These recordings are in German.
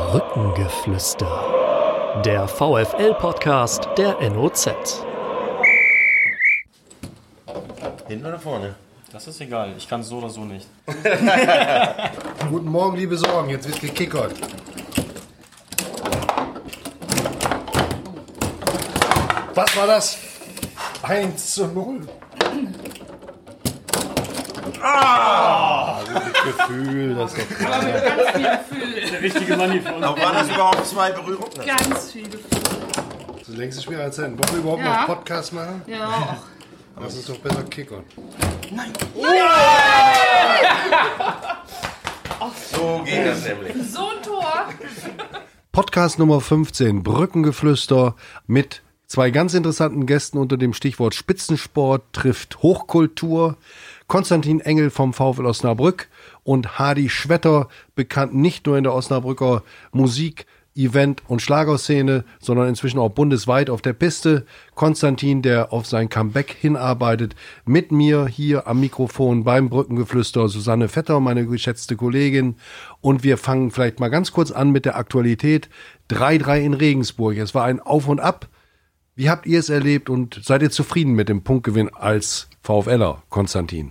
Brückengeflüster. Der VfL-Podcast der NOZ. Hinten oder vorne? Das ist egal, ich kann es so oder so nicht. Guten Morgen, liebe Sorgen, jetzt wird gekickert. Was war das? 1:0. Gefühl, das ist doch Aber mit ganz viel Gefühl. Der richtige Mann hier für uns. Aber waren das überhaupt 2 Berührungen? Ganz viel Gefühl. Das ist längst Spiel als Wollen wir überhaupt Ja. noch Podcast machen? Ja. Lass uns doch besser kickern. So geht das nämlich. So ein Tor. Podcast Nummer 15, Brückengeflüster mit 2 ganz interessanten Gästen unter dem Stichwort Spitzensport trifft Hochkultur. Konstantin Engel vom VfL Osnabrück und Hadi Schwetter, bekannt nicht nur in der Osnabrücker Musik-, Event- und Schlagerszene, sondern inzwischen auch bundesweit auf der Piste. Konstantin, der auf sein Comeback hinarbeitet. Mit mir hier am Mikrofon beim Brückengeflüster Susanne Vetter, meine geschätzte Kollegin. Und wir fangen vielleicht mal ganz kurz an mit der Aktualität. 3:3 in Regensburg. Es war ein Auf und Ab. Wie habt ihr es erlebt und seid ihr zufrieden mit dem Punktgewinn als VfLer, Konstantin?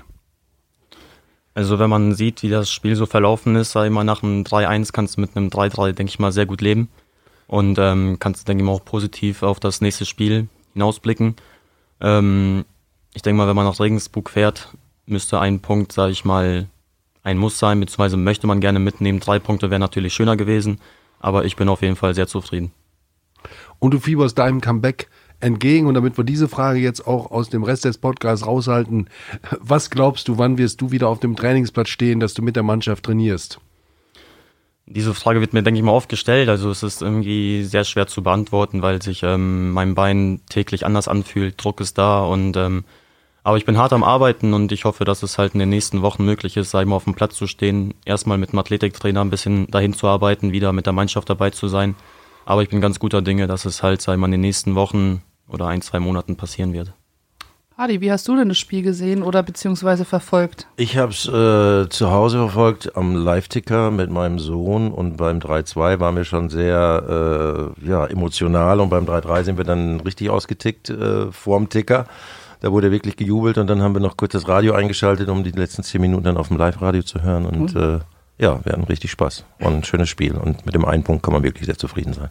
Also wenn man sieht, wie das Spiel so verlaufen ist, sag ich mal, nach einem 3-1 kannst du mit einem 3-3, denke ich mal, sehr gut leben. Und kannst, denke ich mal, auch positiv auf das nächste Spiel hinausblicken. Ich denke mal, wenn man nach Regensburg fährt, müsste ein Punkt, sage ich mal, ein Muss sein, beziehungsweise möchte man gerne mitnehmen. 3 Punkte wären natürlich schöner gewesen, aber ich bin auf jeden Fall sehr zufrieden. Und du fieberst deinem Comeback entgegen. Und damit wir diese Frage jetzt auch aus dem Rest des Podcasts raushalten, was glaubst du, wann wirst du wieder auf dem Trainingsplatz stehen, dass du mit der Mannschaft trainierst? Diese Frage wird mir, denke ich mal, oft gestellt. Also es ist irgendwie sehr schwer zu beantworten, weil sich mein Bein täglich anders anfühlt. Druck ist da und aber ich bin hart am Arbeiten und ich hoffe, dass es halt in den nächsten Wochen möglich ist, sag ich mal, auf dem Platz zu stehen, erstmal mit dem Athletiktrainer ein bisschen dahin zu arbeiten, wieder mit der Mannschaft dabei zu sein. Aber ich bin ganz guter Dinge, dass es halt, sag ich mal, in den nächsten Wochen oder 1-2 Monaten passieren wird. Hadi, wie hast du denn das Spiel gesehen oder beziehungsweise verfolgt? Ich habe es zu Hause verfolgt am Live-Ticker mit meinem Sohn und beim 3:2 waren wir schon sehr emotional und beim 3:3 sind wir dann richtig ausgetickt vorm Ticker. Da wurde wirklich gejubelt und dann haben wir noch kurz das Radio eingeschaltet, um die letzten 10 Minuten dann auf dem Live-Radio zu hören und wir hatten richtig Spaß. War ein schönes Spiel und mit dem einen Punkt kann man wirklich sehr zufrieden sein.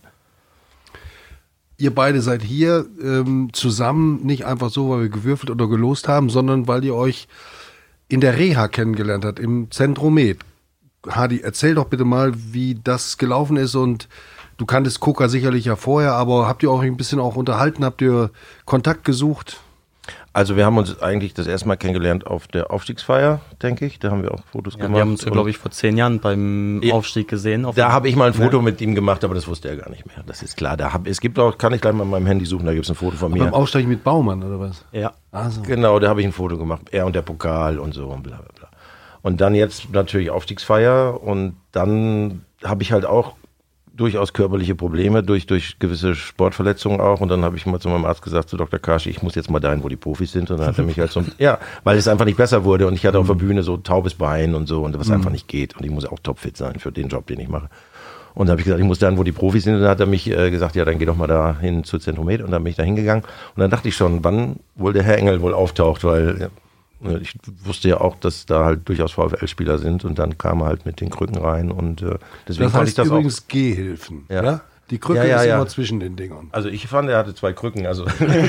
Ihr beide seid hier zusammen, nicht einfach so, weil wir gewürfelt oder gelost haben, sondern weil ihr euch in der Reha kennengelernt habt, im Zentromed. Hadi, erzähl doch bitte mal, wie das gelaufen ist und du kanntest Koka sicherlich ja vorher, aber habt ihr euch ein bisschen auch unterhalten, habt ihr Kontakt gesucht? Also wir haben uns eigentlich das erste Mal kennengelernt auf der Aufstiegsfeier, denke ich. Da haben wir auch Fotos gemacht. Wir haben uns, glaube ich, vor 10 Jahren beim Aufstieg gesehen. Da habe ich mal ein Foto mit ihm gemacht, aber das wusste er gar nicht mehr. Das ist klar. Es gibt auch, kann ich gleich mal in meinem Handy suchen, da gibt es ein Foto von mir. Beim Aufstieg mit Baumann oder was? Ja. Also. Genau, da habe ich ein Foto gemacht. Er und der Pokal und so und bla bla bla. Und dann jetzt natürlich Aufstiegsfeier und dann habe ich halt auch durchaus körperliche Probleme durch gewisse Sportverletzungen auch und dann habe ich mal zu meinem Arzt gesagt, zu Dr. Kashi, ich muss jetzt mal dahin, wo die Profis sind und dann hat er mich halt so, weil es einfach nicht besser wurde und ich hatte auf der Bühne so taubes Bein und so und was einfach nicht geht und ich muss auch topfit sein für den Job, den ich mache. Und dann habe ich gesagt, ich muss dahin, wo die Profis sind und dann hat er mich gesagt, ja, dann geh doch mal da hin zu Zentromed und dann bin ich da hingegangen und dann dachte ich schon, wann wohl der Herr Engel wohl auftaucht, weil ich wusste ja auch, dass da halt durchaus VfL-Spieler sind und dann kam er halt mit den Krücken rein und deswegen Das fand heißt ich das übrigens auch. Gehhilfen, Ja. ja? Die Krücke ist immer zwischen den Dingern. Also ich fand, er hatte 2 Krücken, also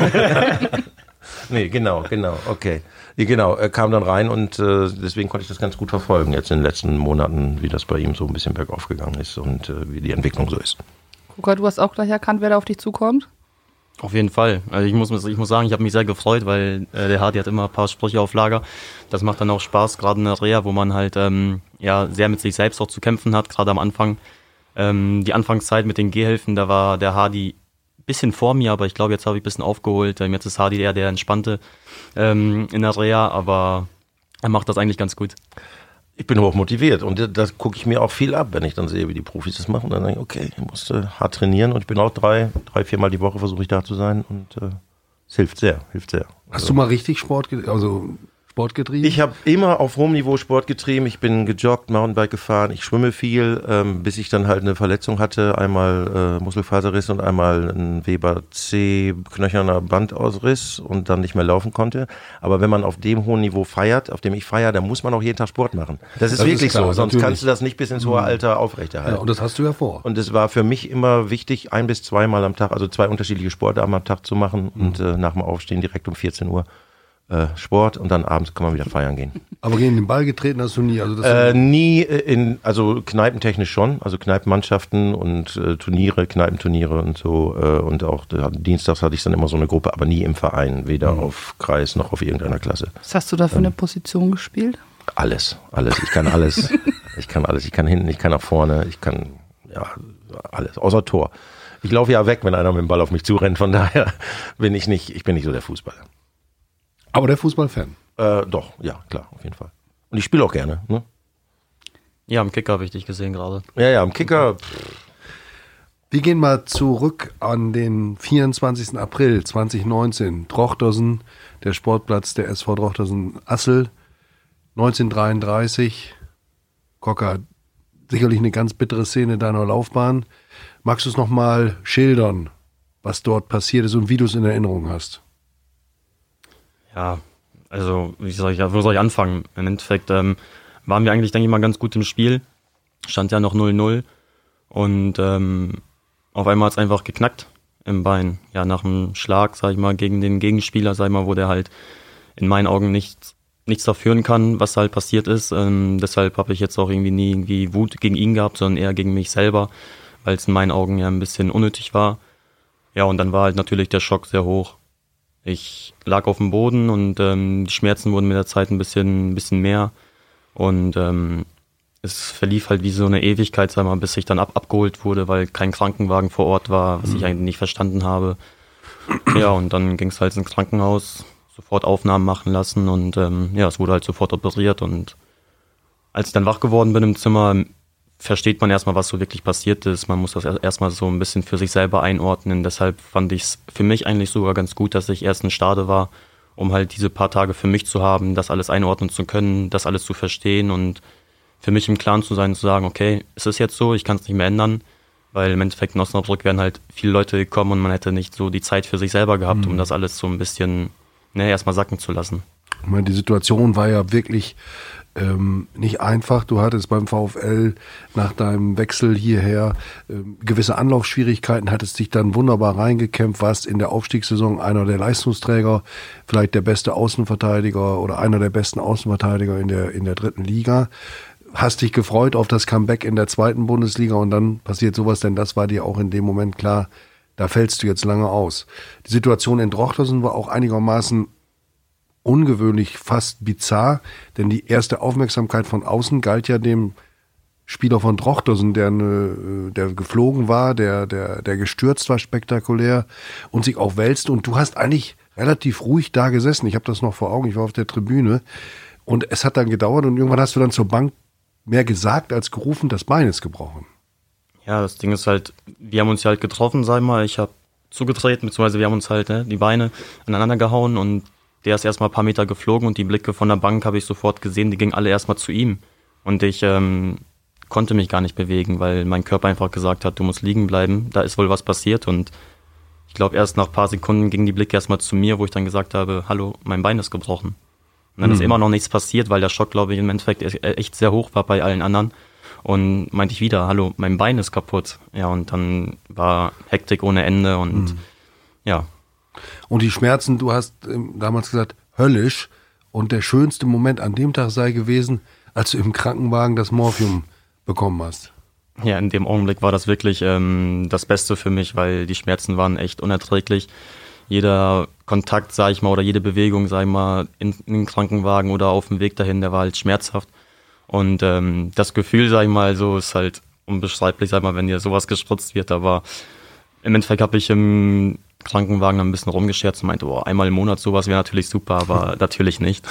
nee, genau, okay. Genau, er kam dann rein und deswegen konnte ich das ganz gut verfolgen jetzt in den letzten Monaten, wie das bei ihm so ein bisschen bergauf gegangen ist und wie die Entwicklung so ist. Koka, du hast auch gleich erkannt, wer da auf dich zukommt? Auf jeden Fall. Also ich muss sagen, ich habe mich sehr gefreut, weil der Hadi hat immer ein paar Sprüche auf Lager. Das macht dann auch Spaß, gerade in der Reha, wo man halt sehr mit sich selbst auch zu kämpfen hat, gerade am Anfang. Die Anfangszeit mit den Gehhilfen, da war der Hadi ein bisschen vor mir, aber ich glaube, jetzt habe ich ein bisschen aufgeholt. Jetzt ist Hadi eher der Entspannte in der Reha, aber er macht das eigentlich ganz gut. Ich bin hoch motiviert und das gucke ich mir auch viel ab, wenn ich dann sehe, wie die Profis das machen. Dann denke ich, okay, ich musste hart trainieren und ich bin auch 3-4 Mal die Woche versuche ich da zu sein und es hilft sehr. Hast du mal richtig Sport getrieben? Ich habe immer auf hohem Niveau Sport getrieben. Ich bin gejoggt, Mountainbike gefahren, ich schwimme viel, bis ich dann halt eine Verletzung hatte. Einmal Muskelfaserriss und einmal ein Weber C knöcherner Bandausriss und dann nicht mehr laufen konnte. Aber wenn man auf dem hohen Niveau feiert, auf dem ich feiere, dann muss man auch jeden Tag Sport machen. Das ist wirklich klar, so, sonst natürlich. Kannst du das nicht bis ins hohe Alter aufrechterhalten. Ja, und das hast du ja vor. Und es war für mich immer wichtig, 1 bis 2 Mal am Tag, also 2 unterschiedliche Sportarten am Tag zu machen und nach dem Aufstehen direkt um 14 Uhr Sport und dann abends kann man wieder feiern gehen. Aber gegen den Ball getreten hast du nie? Also nie also kneipentechnisch schon, also Kneipenmannschaften und Kneipenturniere und so und auch dienstags hatte ich dann immer so eine Gruppe, aber nie im Verein, weder auf Kreis noch auf irgendeiner Klasse. Was hast du da für eine Position gespielt? Alles. Ich kann alles. Ich kann hinten, ich kann nach vorne, ich kann alles, außer Tor. Ich laufe ja weg, wenn einer mit dem Ball auf mich zurennt, von daher bin ich nicht so der Fußballer. Aber der Fußballfan? Doch, ja, klar, auf jeden Fall. Und ich spiele auch gerne. Ne? Ja, am Kicker habe ich dich gesehen gerade. Ja, am Kicker. Wir gehen mal zurück an den 24. April 2019. Drochtersen, der Sportplatz der SV Drochtersen-Assel. 1933. Cocker, sicherlich eine ganz bittere Szene deiner Laufbahn. Magst du es nochmal schildern, was dort passiert ist und wie du es in Erinnerung hast? Ja, also wo soll ich anfangen? Im Endeffekt waren wir eigentlich, denke ich mal, ganz gut im Spiel. Stand ja noch 0-0 und auf einmal hat es einfach geknackt im Bein. Ja, nach einem Schlag, sag ich mal, gegen den Gegenspieler, sag ich mal, wo der halt in meinen Augen nichts dafür kann, was halt passiert ist. Deshalb habe ich jetzt auch nie irgendwie Wut gegen ihn gehabt, sondern eher gegen mich selber, weil es in meinen Augen ja ein bisschen unnötig war. Ja, und dann war halt natürlich der Schock sehr hoch. Ich lag auf dem Boden und die Schmerzen wurden mit der Zeit ein bisschen mehr und es verlief halt wie so eine Ewigkeit, sag mal, bis ich dann abgeholt wurde, weil kein Krankenwagen vor Ort war, was ich eigentlich nicht verstanden habe. Ja, und dann ging es halt ins Krankenhaus, sofort Aufnahmen machen lassen und es wurde halt sofort operiert und als ich dann wach geworden bin im Zimmer, versteht man erstmal, was so wirklich passiert ist. Man muss das erstmal so ein bisschen für sich selber einordnen. Deshalb fand ich es für mich eigentlich sogar ganz gut, dass ich erst in Stade war, um halt diese paar Tage für mich zu haben, das alles einordnen zu können, das alles zu verstehen und für mich im Klaren zu sein, zu sagen, okay, es ist jetzt so, ich kann es nicht mehr ändern, weil im Endeffekt in Osnabrück wären halt viele Leute gekommen und man hätte nicht so die Zeit für sich selber gehabt, um das alles so ein bisschen erstmal sacken zu lassen. Ich meine, die Situation war ja wirklich nicht einfach. Du hattest beim VfL nach deinem Wechsel hierher gewisse Anlaufschwierigkeiten, hattest dich dann wunderbar reingekämpft, warst in der Aufstiegssaison einer der Leistungsträger, vielleicht der beste Außenverteidiger oder einer der besten Außenverteidiger in der 3. Liga. Hast dich gefreut auf das Comeback in der 2. Bundesliga und dann passiert sowas, denn das war dir auch in dem Moment klar, da fällst du jetzt lange aus. Die Situation in Drochtersen war auch einigermaßen ungewöhnlich, fast bizarr, denn die erste Aufmerksamkeit von außen galt ja dem Spieler von Drochtersen, der geflogen war, der gestürzt war, spektakulär und sich auch wälzte. Und du hast eigentlich relativ ruhig da gesessen. Ich habe das noch vor Augen, ich war auf der Tribüne und es hat dann gedauert und irgendwann hast du dann zur Bank mehr gesagt als gerufen, das Bein ist gebrochen. Ja, das Ding ist halt, wir haben uns ja halt getroffen, sag ich mal, ich habe zugetreten, beziehungsweise wir haben uns halt die Beine aneinander gehauen und der ist erstmal ein paar Meter geflogen und die Blicke von der Bank habe ich sofort gesehen, die gingen alle erstmal zu ihm. Und ich konnte mich gar nicht bewegen, weil mein Körper einfach gesagt hat, du musst liegen bleiben, da ist wohl was passiert. Und ich glaube, erst nach ein paar Sekunden gingen die Blicke erstmal zu mir, wo ich dann gesagt habe, hallo, mein Bein ist gebrochen. Und dann ist immer noch nichts passiert, weil der Schock, glaube ich, im Endeffekt echt sehr hoch war bei allen anderen. Und meinte ich wieder, hallo, mein Bein ist kaputt. Ja, und dann war Hektik ohne Ende und ja. Und die Schmerzen, du hast damals gesagt, höllisch. Und der schönste Moment an dem Tag sei gewesen, als du im Krankenwagen das Morphium bekommen hast. Ja, in dem Augenblick war das wirklich das Beste für mich, weil die Schmerzen waren echt unerträglich. Jeder Kontakt, sag ich mal, oder jede Bewegung, sag ich mal, in den Krankenwagen oder auf dem Weg dahin, der war halt schmerzhaft. Und das Gefühl, sag ich mal, so ist halt unbeschreiblich, sag ich mal, wenn dir sowas gespritzt wird. Aber im Endeffekt habe ich im Krankenwagen ein bisschen rumgescherzt und meinte, einmal im Monat sowas wäre natürlich super, aber natürlich nicht.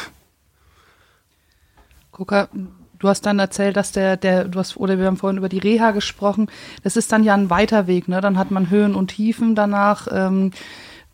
Cocker, du hast dann erzählt, dass wir haben vorhin über die Reha gesprochen, das ist dann ja ein weiter Weg, ne? Dann hat man Höhen und Tiefen danach.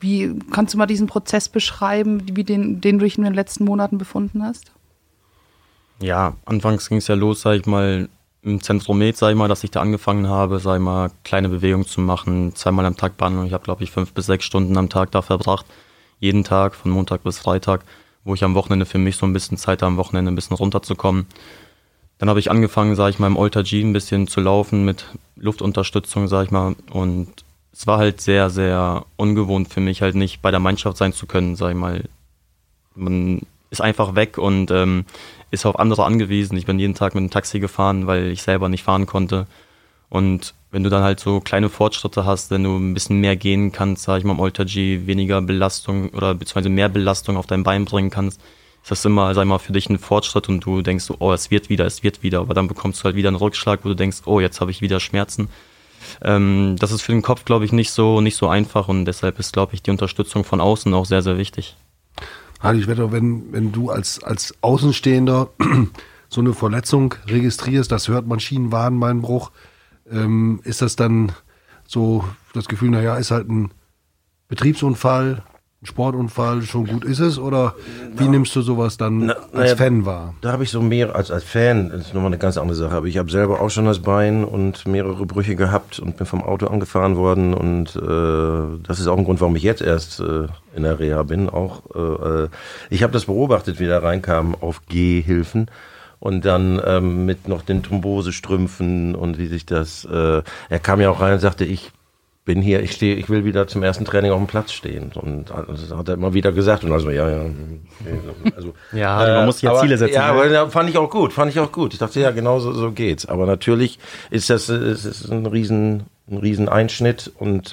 Wie kannst du mal diesen Prozess beschreiben, wie den du dich in den letzten Monaten befunden hast? Ja, anfangs ging es ja los, sag ich mal, im Zentromet, sag ich mal, dass ich da angefangen habe, sag ich mal, kleine Bewegungen zu machen, 2-mal am Tag Behandlung. Ich habe, glaube ich, 5 bis 6 Stunden am Tag da verbracht, jeden Tag, von Montag bis Freitag, wo ich am Wochenende für mich so ein bisschen Zeit habe, am Wochenende ein bisschen runterzukommen. Dann habe ich angefangen, sag ich mal, im Alter G ein bisschen zu laufen mit Luftunterstützung, sag ich mal, und es war halt sehr, sehr ungewohnt für mich, halt nicht bei der Mannschaft sein zu können, sag ich mal. Man ist einfach weg und ist auf andere angewiesen. Ich bin jeden Tag mit dem Taxi gefahren, weil ich selber nicht fahren konnte. Und wenn du dann halt so kleine Fortschritte hast, wenn du ein bisschen mehr gehen kannst, sag ich mal, im Alter G, weniger Belastung oder beziehungsweise mehr Belastung auf dein Bein bringen kannst, ist das immer, sag ich mal, für dich ein Fortschritt und du denkst so, oh, es wird wieder. Aber dann bekommst du halt wieder einen Rückschlag, wo du denkst, oh, jetzt habe ich wieder Schmerzen. Das ist für den Kopf, glaube ich, nicht so einfach und deshalb ist, glaube ich, die Unterstützung von außen auch sehr, sehr wichtig. Hardy, wenn du als Außenstehender so eine Verletzung registrierst, das hört man, Schienenwadenbeinbruch, ist das dann so das Gefühl, naja, ist halt ein Betriebsunfall, ein Sportunfall, schon gut ist es? Oder wie nimmst du sowas dann als Fan wahr? Da habe ich so mehr als Fan, das ist nochmal eine ganz andere Sache, aber ich habe selber auch schon das Bein und mehrere Brüche gehabt und bin vom Auto angefahren worden und das ist auch ein Grund, warum ich jetzt erst in der Reha bin. Ich habe das beobachtet, wie der reinkam auf Gehhilfen und dann mit noch den Thrombosestrümpfen und wie sich das, er kam ja auch rein und sagte, ich bin hier, ich will wieder zum ersten Training auf dem Platz stehen. Und das hat er immer wieder gesagt. Und also, ja. Also, ja, man muss ja Ziele setzen. Ja, aber fand ich auch gut. Ich dachte, ja, genau so geht's. Aber natürlich ist das ein riesen Einschnitt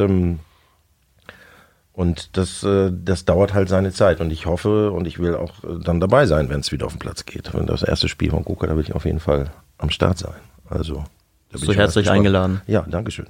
und das dauert halt seine Zeit. Und ich hoffe und ich will auch dann dabei sein, wenn es wieder auf den Platz geht. Wenn das erste Spiel von KUKA, da will ich auf jeden Fall am Start sein. Also, da bin ich herzlich eingeladen. Ja, dankeschön.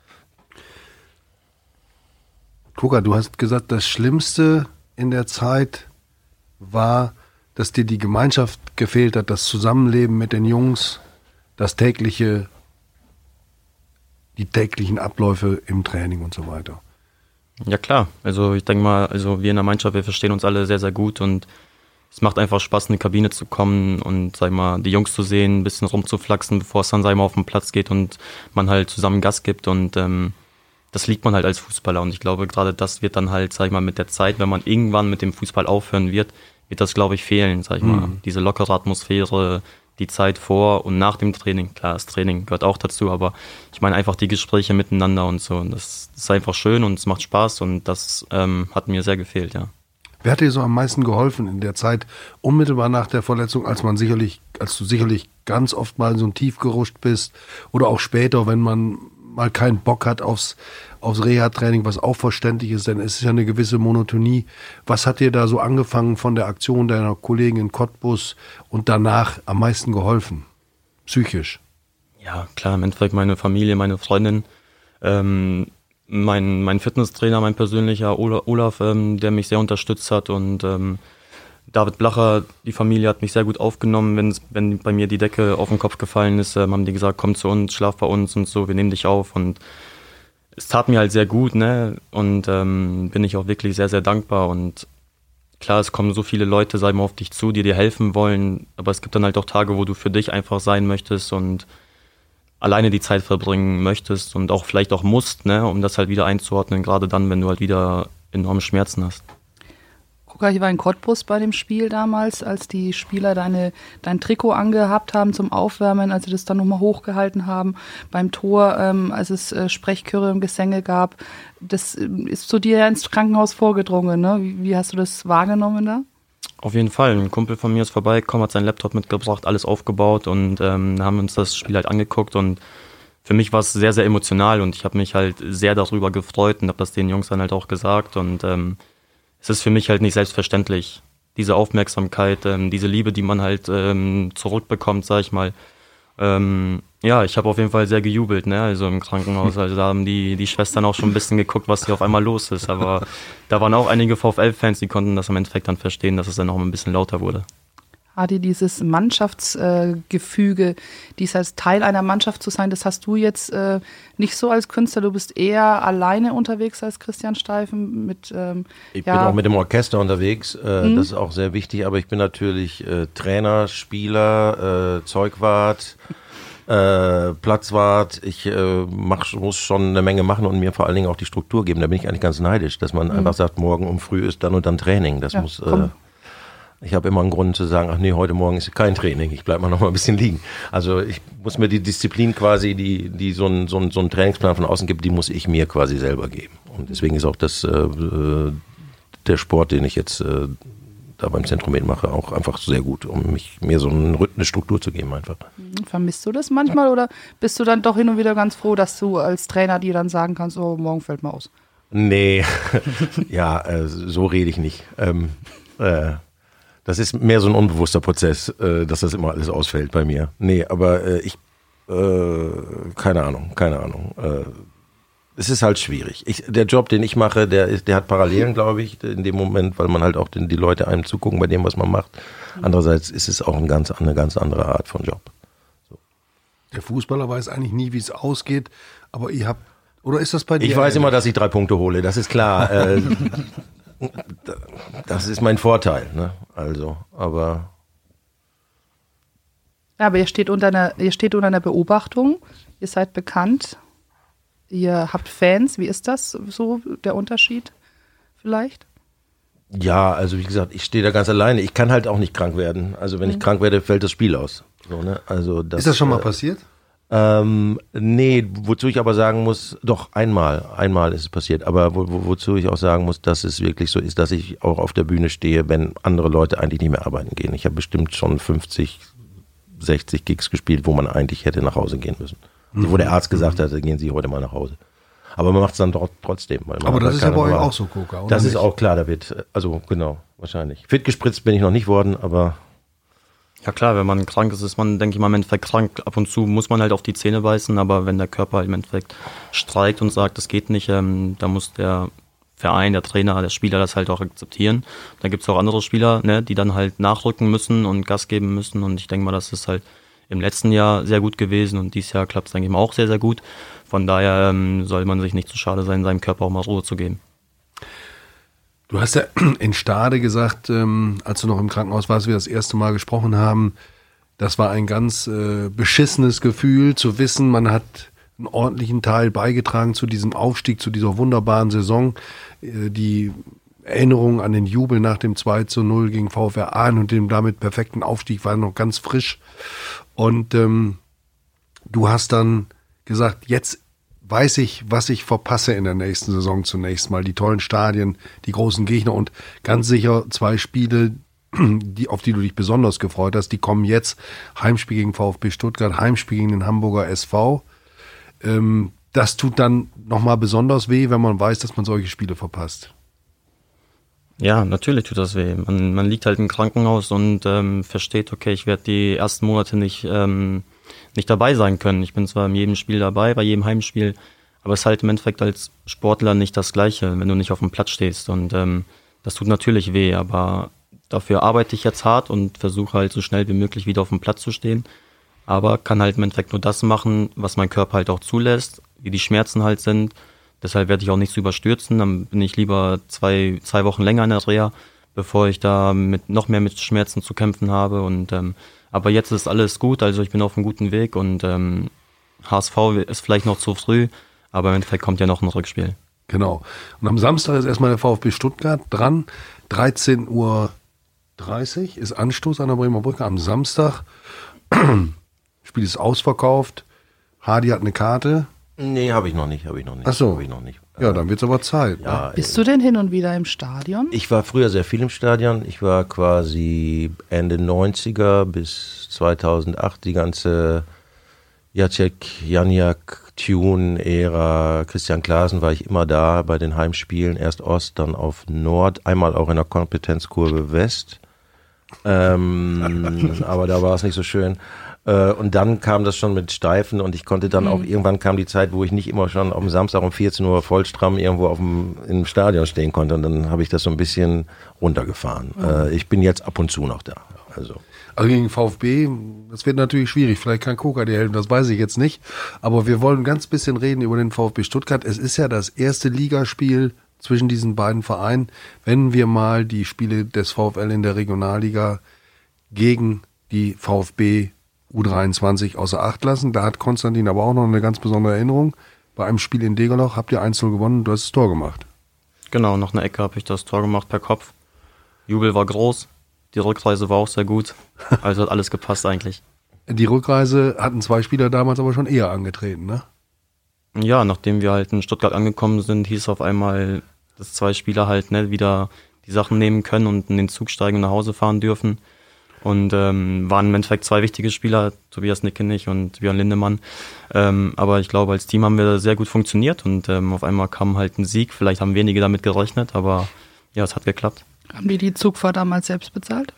KUKA, du hast gesagt, das Schlimmste in der Zeit war, dass dir die Gemeinschaft gefehlt hat, das Zusammenleben mit den Jungs, die täglichen Abläufe im Training und so weiter. Ja klar, also ich denke mal, also wir in der Mannschaft, wir verstehen uns alle sehr, sehr gut und es macht einfach Spaß, in die Kabine zu kommen und, sag ich mal, die Jungs zu sehen, ein bisschen rumzuflaxen, bevor es dann, sag ich mal, auf den Platz geht und man halt zusammen Gas gibt und das liegt man halt als Fußballer und ich glaube, gerade das wird dann halt, sag ich mal, mit der Zeit, wenn man irgendwann mit dem Fußball aufhören wird das, glaube ich, fehlen, sag ich mal. Diese lockere Atmosphäre, die Zeit vor und nach dem Training. Klar, das Training gehört auch dazu, aber ich meine einfach die Gespräche miteinander und so. Und das ist einfach schön und es macht Spaß und das hat mir sehr gefehlt, ja. Wer hat dir so am meisten geholfen in der Zeit unmittelbar nach der Verletzung, als du sicherlich ganz oft mal so ein Tief gerutscht bist oder auch später, wenn man mal keinen Bock hat aufs Reha-Training, was auch verständlich ist, denn es ist ja eine gewisse Monotonie. Was hat dir da so angefangen von der Aktion deiner Kollegen in Cottbus und danach am meisten geholfen? Psychisch? Ja, klar, im Endeffekt meine Familie, meine Freundin, mein Fitnesstrainer, mein persönlicher Olaf, der mich sehr unterstützt hat und David Blacher, die Familie hat mich sehr gut aufgenommen, wenn bei mir die Decke auf den Kopf gefallen ist, haben die gesagt, komm zu uns, schlaf bei uns und so, wir nehmen dich auf und es tat mir halt sehr gut, ne, und bin ich auch wirklich sehr, sehr dankbar und klar, es kommen so viele Leute, sag ich mal, auf dich zu, die dir helfen wollen, aber es gibt dann halt auch Tage, wo du für dich einfach sein möchtest und alleine die Zeit verbringen möchtest und auch vielleicht auch musst, ne, um das halt wieder einzuordnen, gerade dann, wenn du halt wieder enorme Schmerzen hast. Ich war in Cottbus bei dem Spiel damals, als die Spieler dein Trikot angehabt haben zum Aufwärmen, als sie das dann nochmal hochgehalten haben beim Tor, als es Sprechchöre und Gesänge gab. Das ist zu dir ins Krankenhaus vorgedrungen, ne? Wie hast du das wahrgenommen da? Auf jeden Fall. Ein Kumpel von mir ist vorbeigekommen, hat seinen Laptop mitgebracht, alles aufgebaut und haben uns das Spiel halt angeguckt und für mich war es sehr, sehr emotional und ich habe mich halt sehr darüber gefreut und habe das den Jungs dann halt auch gesagt und es ist für mich halt nicht selbstverständlich, diese Aufmerksamkeit, diese Liebe, die man halt zurückbekommt, sag ich mal. Ja, ich habe auf jeden Fall sehr gejubelt, ne, also im Krankenhaus. Also da haben die Schwestern auch schon ein bisschen geguckt, was hier auf einmal los ist. Aber da waren auch einige VfL-Fans, die konnten das im Endeffekt dann verstehen, dass es dann noch ein bisschen lauter wurde. Adi, dieses Mannschaftsgefüge, dieses Teil einer Mannschaft zu sein, das hast du jetzt nicht so als Künstler. Du bist eher alleine unterwegs als Christian Steifen. Ich bin auch mit dem Orchester unterwegs, das ist auch sehr wichtig, aber ich bin natürlich Trainer, Spieler, Zeugwart, Platzwart. Ich muss schon eine Menge machen und mir vor allen Dingen auch die Struktur geben. Da bin ich eigentlich ganz neidisch, dass man einfach sagt, morgen um früh ist dann und dann Training. Das muss... Ich habe immer einen Grund zu sagen, ach nee, heute Morgen ist kein Training, ich bleibe mal noch mal ein bisschen liegen. Also ich muss mir die Disziplin quasi, die so ein Trainingsplan von außen gibt, die muss ich mir quasi selber geben. Und deswegen ist auch das der Sport, den ich jetzt da beim Zentromet mache, auch einfach sehr gut, um mir so eine Struktur zu geben einfach. Vermisst du das manchmal oder bist du dann doch hin und wieder ganz froh, dass du als Trainer dir dann sagen kannst, oh, morgen fällt mal aus? Nee, ja, so rede ich nicht. Das ist mehr so ein unbewusster Prozess, dass das immer alles ausfällt bei mir. Nee, aber keine Ahnung. Es ist halt schwierig. Der Job, den ich mache, der hat Parallelen, glaube ich, in dem Moment, weil man halt auch die Leute einem zugucken bei dem, was man macht. Andererseits ist es auch eine ganz andere Art von Job. So. Der Fußballer weiß eigentlich nie, wie es ausgeht, aber ihr habt, oder ist das bei dir? Ich weiß immer, dass ich 3 Punkte hole, das ist klar. Das ist mein Vorteil, ne? Also, aber... Ja, aber ihr steht unter einer Beobachtung, ihr seid bekannt, ihr habt Fans, wie ist das so, der Unterschied vielleicht? Ja, also wie gesagt, ich stehe da ganz alleine, ich kann halt auch nicht krank werden, also wenn ich krank werde, fällt das Spiel aus. So, ne? Also ist das schon mal passiert? Nee, wozu ich aber sagen muss, doch einmal ist es passiert, aber wozu ich auch sagen muss, dass es wirklich so ist, dass ich auch auf der Bühne stehe, wenn andere Leute eigentlich nicht mehr arbeiten gehen. Ich habe bestimmt schon 50, 60 Gigs gespielt, wo man eigentlich hätte nach Hause gehen müssen. Also, wo der Arzt gesagt hat, gehen Sie heute mal nach Hause. Aber man macht es dann trotzdem. Weil aber das ist ja bei euch auch so, Koka, oder? Das ist auch klar, da wird, also genau, wahrscheinlich. Fit gespritzt bin ich noch nicht worden, aber... Ja klar, wenn man krank ist, ist man, denke ich mal, im Endeffekt krank. Ab und zu muss man halt auf die Zähne beißen, aber wenn der Körper halt im Endeffekt streikt und sagt, das geht nicht, da muss der Verein, der Trainer, der Spieler das halt auch akzeptieren. Da gibt es auch andere Spieler, ne, die dann halt nachrücken müssen und Gas geben müssen und ich denke mal, das ist halt im letzten Jahr sehr gut gewesen und dieses Jahr klappt es, denke ich mal, auch sehr, sehr gut. Von daher soll man sich nicht zu schade sein, seinem Körper auch mal Ruhe zu geben. Du hast ja in Stade gesagt, als du noch im Krankenhaus warst, wir das erste Mal gesprochen haben, das war ein ganz beschissenes Gefühl, zu wissen, man hat einen ordentlichen Teil beigetragen zu diesem Aufstieg, zu dieser wunderbaren Saison. Die Erinnerung an den Jubel nach dem 2:0 gegen VfR Aalen und dem damit perfekten Aufstieg war noch ganz frisch. Und du hast dann gesagt, jetzt weiß ich, was ich verpasse in der nächsten Saison zunächst mal. Die tollen Stadien, die großen Gegner und ganz sicher 2 Spiele, auf die du dich besonders gefreut hast, die kommen jetzt. Heimspiel gegen VfB Stuttgart, Heimspiel gegen den Hamburger SV. Das tut dann nochmal besonders weh, wenn man weiß, dass man solche Spiele verpasst. Ja, natürlich tut das weh. Man liegt halt im Krankenhaus und versteht, okay, ich werde die ersten Monate nicht dabei sein können. Ich bin zwar in jedem Spiel dabei, bei jedem Heimspiel, aber es ist halt im Endeffekt als Sportler nicht das Gleiche, wenn du nicht auf dem Platz stehst. Und das tut natürlich weh, aber dafür arbeite ich jetzt hart und versuche halt so schnell wie möglich wieder auf dem Platz zu stehen. Aber kann halt im Endeffekt nur das machen, was mein Körper halt auch zulässt, wie die Schmerzen halt sind. Deshalb werde ich auch nicht so überstürzen. Dann bin ich lieber zwei Wochen länger in der Reha, bevor ich da noch mehr mit Schmerzen zu kämpfen habe. Und aber jetzt ist alles gut, also ich bin auf einem guten Weg und HSV ist vielleicht noch zu früh, aber im Endeffekt kommt ja noch ein Rückspiel. Genau. Und am Samstag ist erstmal der VfB Stuttgart dran. 13:30 Uhr ist Anstoß an der Bremer Brücke am Samstag. Spiel ist ausverkauft. Hardy hat eine Karte. Nee, habe ich noch nicht. Ach so. Hab ich noch nicht. Ja, dann wird's aber Zeit. Ja, ne? Bist du denn hin und wieder im Stadion? Ich war früher sehr viel im Stadion. Ich war quasi Ende 90er bis 2008 die ganze Jacek, Janiak, Tune-Ära, Christian Klaassen war ich immer da bei den Heimspielen. Erst Ost, dann auf Nord, einmal auch in der Kompetenzkurve West. Aber da war es nicht so schön. Und dann kam das schon mit Steifen und ich konnte dann auch, irgendwann kam die Zeit, wo ich nicht immer schon am Samstag um 14 Uhr vollstramm irgendwo im Stadion stehen konnte und dann habe ich das so ein bisschen runtergefahren. Ich bin jetzt ab und zu noch da. Also Also gegen VfB, das wird natürlich schwierig. Vielleicht kann Koka dir helfen, das weiß ich jetzt nicht. Aber wir wollen ganz bisschen reden über den VfB Stuttgart. Es ist ja das erste Ligaspiel zwischen diesen beiden Vereinen, wenn wir mal die Spiele des VfL in der Regionalliga gegen die VfB U23 außer Acht lassen. Da hat Konstantin aber auch noch eine ganz besondere Erinnerung. Bei einem Spiel in Degerloch habt ihr 1-0 gewonnen, du hast das Tor gemacht. Genau, nach einer Ecke habe ich das Tor gemacht per Kopf. Jubel war groß, die Rückreise war auch sehr gut, also hat alles gepasst eigentlich. Die Rückreise hatten 2 Spieler damals aber schon eher angetreten, ne? Ja, nachdem wir halt in Stuttgart angekommen sind, hieß auf einmal, dass 2 Spieler halt wieder die Sachen nehmen können und in den Zug steigen und nach Hause fahren dürfen. Und waren im Endeffekt 2 wichtige Spieler, Tobias Nickenich und Björn Lindemann. Aber ich glaube, als Team haben wir sehr gut funktioniert und auf einmal kam halt ein Sieg. Vielleicht haben wenige damit gerechnet, aber ja, es hat geklappt. Haben die Zugfahrt damals selbst bezahlt?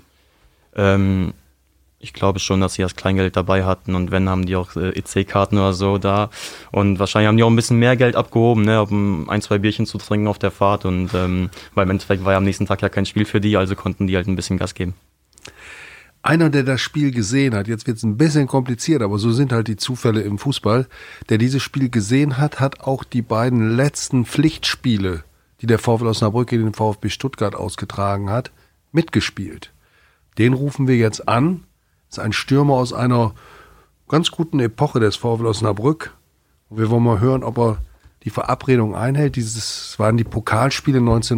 Ich glaube schon, dass sie das Kleingeld dabei hatten und wenn, haben die auch EC-Karten oder so da. Und wahrscheinlich haben die auch ein bisschen mehr Geld abgehoben, ne, um 1, 2 Bierchen zu trinken auf der Fahrt. Und weil im Endeffekt war ja am nächsten Tag ja kein Spiel für die, also konnten die halt ein bisschen Gas geben. Einer, der das Spiel gesehen hat, jetzt wird es ein bisschen kompliziert, aber so sind halt die Zufälle im Fußball, der dieses Spiel gesehen hat, hat auch die beiden letzten Pflichtspiele, die der VfL Osnabrück gegen den VfB Stuttgart ausgetragen hat, mitgespielt. Den rufen wir jetzt an. Das ist ein Stürmer aus einer ganz guten Epoche des VfL Osnabrück. Und wir wollen mal hören, ob er die Verabredung einhält. Das waren die Pokalspiele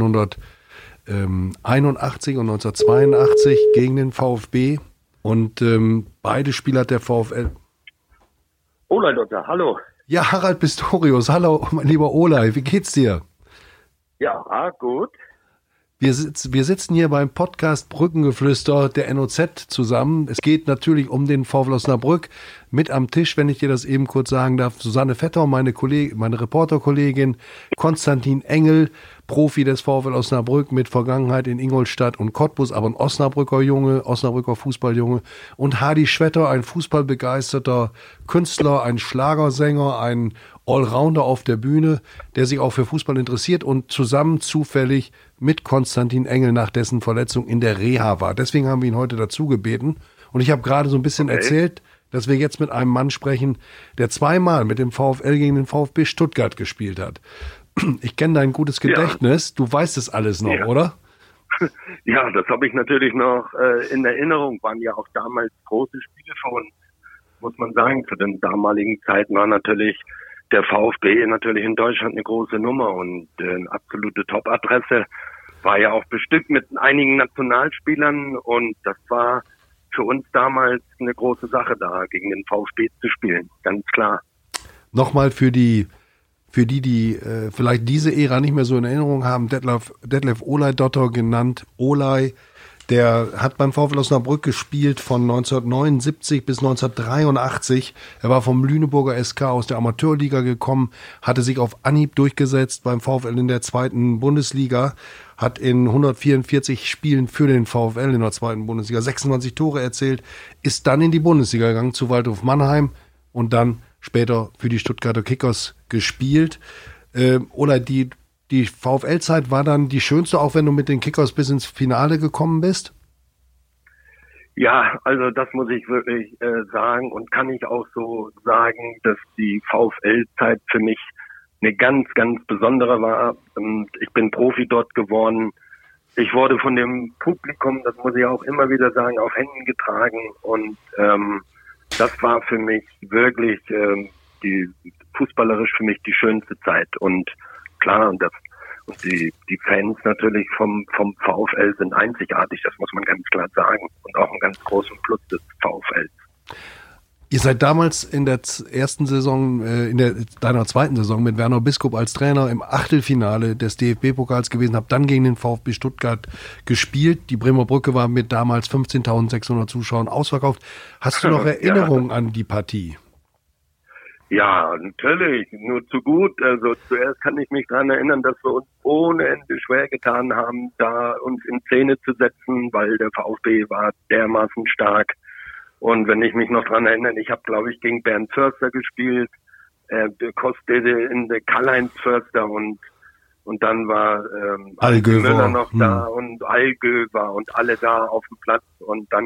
1981 und 1982 gegen den VfB. Und beide Spiele hat der VfL. Olay, Doktor, hallo. Ja, Harald Pistorius, hallo, mein lieber Olay, wie geht's dir? Ja, gut. Wir sitzen hier beim Podcast Brückengeflüster der NOZ zusammen. Es geht natürlich um den VfL Osnabrück. Mit am Tisch, wenn ich dir das eben kurz sagen darf, Susanne Vetter, meine Reporterkollegin, Konstantin Engel, Profi des VfL Osnabrück mit Vergangenheit in Ingolstadt und Cottbus, aber ein Osnabrücker Fußballjunge, und Hardy Schwetter, ein fußballbegeisterter Künstler, ein Schlagersänger, ein Allrounder auf der Bühne, der sich auch für Fußball interessiert und zusammen zufällig mit Konstantin Engel nach dessen Verletzung in der Reha war. Deswegen haben wir ihn heute dazu gebeten. Und ich habe gerade so ein bisschen erzählt, dass wir jetzt mit einem Mann sprechen, der 2-mal mit dem VfL gegen den VfB Stuttgart gespielt hat. Ich kenne dein gutes Gedächtnis. Ja. Du weißt es alles noch, ja, oder? Ja, das habe ich natürlich noch in Erinnerung. Waren ja auch damals große Spiele für uns, muss man sagen. Zu den damaligen Zeiten war natürlich der VfB natürlich in Deutschland eine große Nummer und eine absolute Top-Adresse. War ja auch bestückt mit einigen Nationalspielern und das war für uns damals eine große Sache, da gegen den VfB zu spielen, ganz klar. Nochmal für die vielleicht diese Ära nicht mehr so in Erinnerung haben, Detlef Olay-Dotter genannt, Olay, der hat beim VfL Osnabrück gespielt von 1979 bis 1983. Er war vom Lüneburger SK aus der Amateurliga gekommen, hatte sich auf Anhieb durchgesetzt beim VfL in der 2. Bundesliga, hat in 144 Spielen für den VfL in der 2. Bundesliga 26 Tore erzielt, ist dann in die Bundesliga gegangen zu Waldhof Mannheim und dann später für die Stuttgarter Kickers gespielt. Oder die VfL-Zeit war dann die schönste, auch wenn du mit den Kickers bis ins Finale gekommen bist? Ja, also das muss ich wirklich sagen und kann ich auch so sagen, dass die VfL-Zeit für mich eine ganz, ganz besondere war. Ich bin Profi dort geworden. Ich wurde von dem Publikum, das muss ich auch immer wieder sagen, auf Händen getragen und das war für mich wirklich fußballerisch für mich die schönste Zeit. Und klar, und die Fans natürlich vom VfL sind einzigartig, das muss man ganz klar sagen. Und auch einen ganz großen Plus des VfLs. Ihr seid damals in der ersten Saison, deiner zweiten Saison mit Werner Biskup als Trainer im Achtelfinale des DFB-Pokals gewesen, habt dann gegen den VfB Stuttgart gespielt. Die Bremer Brücke war mit damals 15.600 Zuschauern ausverkauft. Hast du noch Erinnerungen an die Partie? Ja, natürlich, nur zu gut. Also zuerst kann ich mich daran erinnern, dass wir uns ohne Ende schwer getan haben, da uns in Szene zu setzen, weil der VfB war dermaßen stark. Und wenn ich mich noch daran erinnere, ich habe, glaube ich, gegen Bernd Förster gespielt, kostete in der Karl-Heinz Förster und dann war Algö Müller noch da und Algö war und alle da auf dem Platz und dann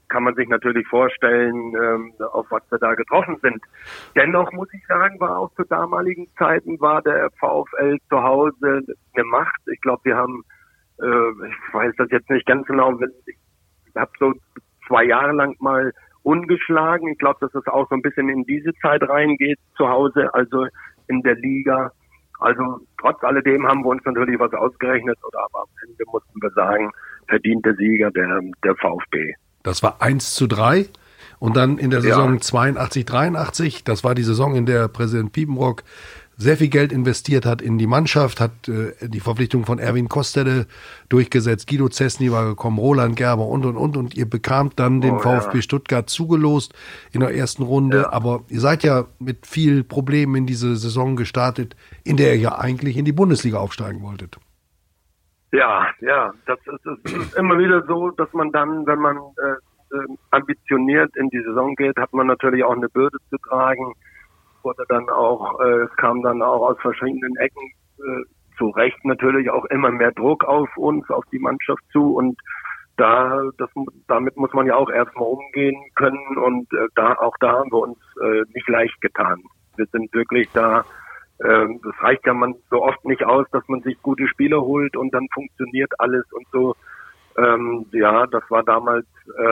kann man sich natürlich vorstellen, auf was wir da getroffen sind. Dennoch muss ich sagen, war auch zu damaligen Zeiten war der VfL zu Hause eine Macht. Ich glaube, wir haben, ich weiß das jetzt nicht ganz genau, ich habe so 2 Jahre lang mal ungeschlagen. Ich glaube, dass es auch so ein bisschen in diese Zeit reingeht, zu Hause, also in der Liga. Also trotz alledem haben wir uns natürlich was ausgerechnet, aber am Ende mussten wir sagen, verdienter Sieger der VfB. Das war 1:3 und dann in der Saison 82, 83, das war die Saison, in der Präsident Piepenbrock sehr viel Geld investiert hat in die Mannschaft, hat die Verpflichtung von Erwin Kostede durchgesetzt, Guido Cessny war gekommen, Roland Gerber und ihr bekamt dann den VfB Stuttgart zugelost in der ersten Runde, aber ihr seid ja mit viel Problemen in diese Saison gestartet, in der ihr ja eigentlich in die Bundesliga aufsteigen wolltet. Ja, das ist immer wieder so, dass man dann, wenn man ambitioniert in die Saison geht, hat man natürlich auch eine Bürde zu tragen. Es kam dann auch aus verschiedenen Ecken zu Recht natürlich auch immer mehr Druck auf uns, auf die Mannschaft zu, und damit muss man ja auch erstmal umgehen können, und da haben wir uns nicht leicht getan. Wir sind wirklich da. Das reicht ja man so oft nicht aus, dass man sich gute Spieler holt und dann funktioniert alles und so. Das war damals,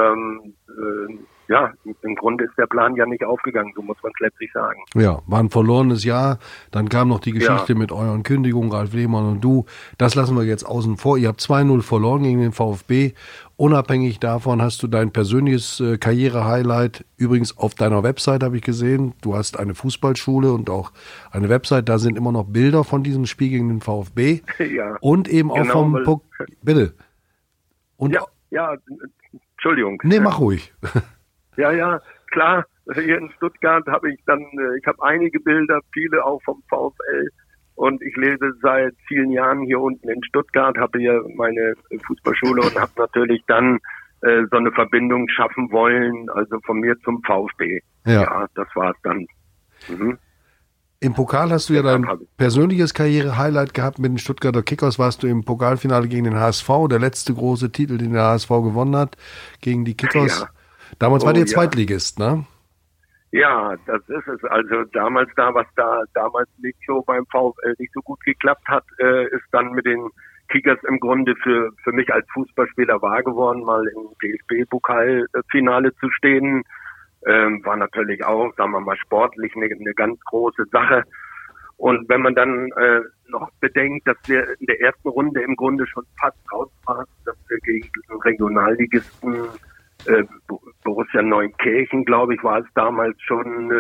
im Grunde ist der Plan ja nicht aufgegangen, so muss man es letztlich sagen. Ja, war ein verlorenes Jahr. Dann kam noch die Geschichte mit euren Kündigungen, Ralf Lehmann und du. Das lassen wir jetzt außen vor. Ihr habt 2:0 verloren gegen den VfB. Unabhängig davon hast du dein persönliches Karriere-Highlight, übrigens auf deiner Website habe ich gesehen, du hast eine Fußballschule und auch eine Website, da sind immer noch Bilder von diesem Spiel gegen den VfB. Ja, und eben auch vom Puck. Bitte. Und Entschuldigung. Nee, mach ruhig. Ja, klar. Hier in Stuttgart habe ich habe einige Bilder, viele auch vom VfL. Und ich lebe seit vielen Jahren hier unten in Stuttgart, habe hier meine Fußballschule und habe natürlich dann so eine Verbindung schaffen wollen, also von mir zum VfB. Ja, das war's dann. Mhm. Im Pokal hast du ja dein persönliches Karriere-Highlight gehabt. Mit den Stuttgarter Kickers warst du im Pokalfinale gegen den HSV, der letzte große Titel, den der HSV gewonnen hat, gegen die Kickers. Ja. Damals war der Zweitligist, ne? Ja, das ist es. Also damals was damals nicht so beim VfL nicht so gut geklappt hat, ist dann mit den Kickers im Grunde für mich als Fußballspieler wahr geworden, mal im DFB-Pokalfinale zu stehen. War natürlich auch, sagen wir mal, sportlich eine ganz große Sache. Und wenn man dann noch bedenkt, dass wir in der ersten Runde im Grunde schon fast raus waren, dass wir gegen den Regionalligisten Borussia Neunkirchen, glaube ich, war es damals schon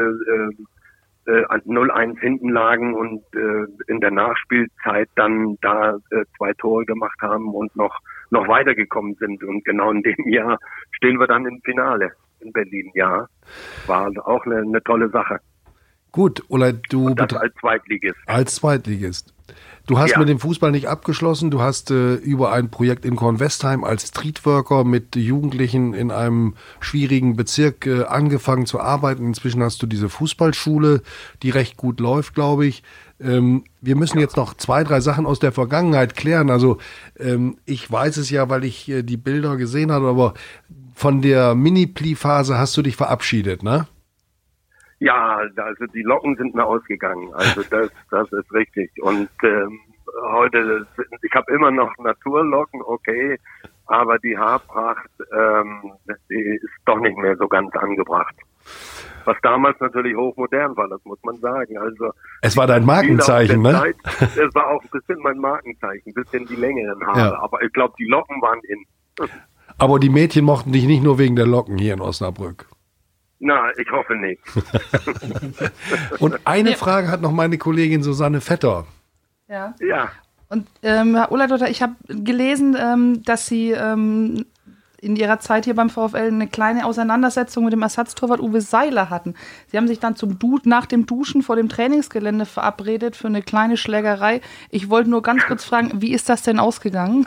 0-1 hinten lagen und in der Nachspielzeit dann da 2 Tore gemacht haben und noch weitergekommen sind. Und genau in dem Jahr stehen wir dann im Finale in Berlin. Ja, war auch eine tolle Sache. Gut, Ulla, du das als Zweitligist. Als Zweitligist. Du hast mit dem Fußball nicht abgeschlossen. Du hast über ein Projekt in Kornwestheim als Streetworker mit Jugendlichen in einem schwierigen Bezirk angefangen zu arbeiten. Inzwischen hast du diese Fußballschule, die recht gut läuft, glaube ich. Wir müssen jetzt noch 2, 3 Sachen aus der Vergangenheit klären. Also ich weiß es ja, weil ich die Bilder gesehen habe, aber von der Mini-Pli-Phase hast du dich verabschiedet, ne? Ja, also die Locken sind mir ausgegangen. Also das ist richtig. Und heute, ich habe immer noch Naturlocken, okay, aber die Haarpracht, die ist doch nicht mehr so ganz angebracht. Was damals natürlich hochmodern war, das muss man sagen. Also es war dein Markenzeichen, ne? Zeit, es war auch ein bisschen mein Markenzeichen, ein bisschen die längeren Haare. Ja. Aber ich glaube, die Locken waren in. Aber die Mädchen mochten dich nicht nur wegen der Locken hier in Osnabrück. Na, ich hoffe nicht. Und eine Frage hat noch meine Kollegin Susanne Vetter. Ja. Und Herr Ulla-Dotter, ich habe gelesen, dass Sie in Ihrer Zeit hier beim VfL eine kleine Auseinandersetzung mit dem Ersatztorwart Uwe Seiler hatten. Sie haben sich dann nach dem Duschen vor dem Trainingsgelände verabredet für eine kleine Schlägerei. Ich wollte nur ganz kurz fragen, wie ist das denn ausgegangen?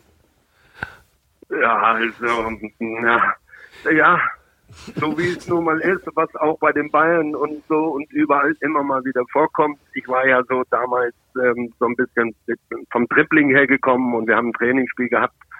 Ja, also, so wie es nun mal ist, was auch bei den Bayern und so und überall immer mal wieder vorkommt. Ich war ja so damals so ein bisschen vom Dribbling hergekommen und wir haben ein Trainingsspiel gehabt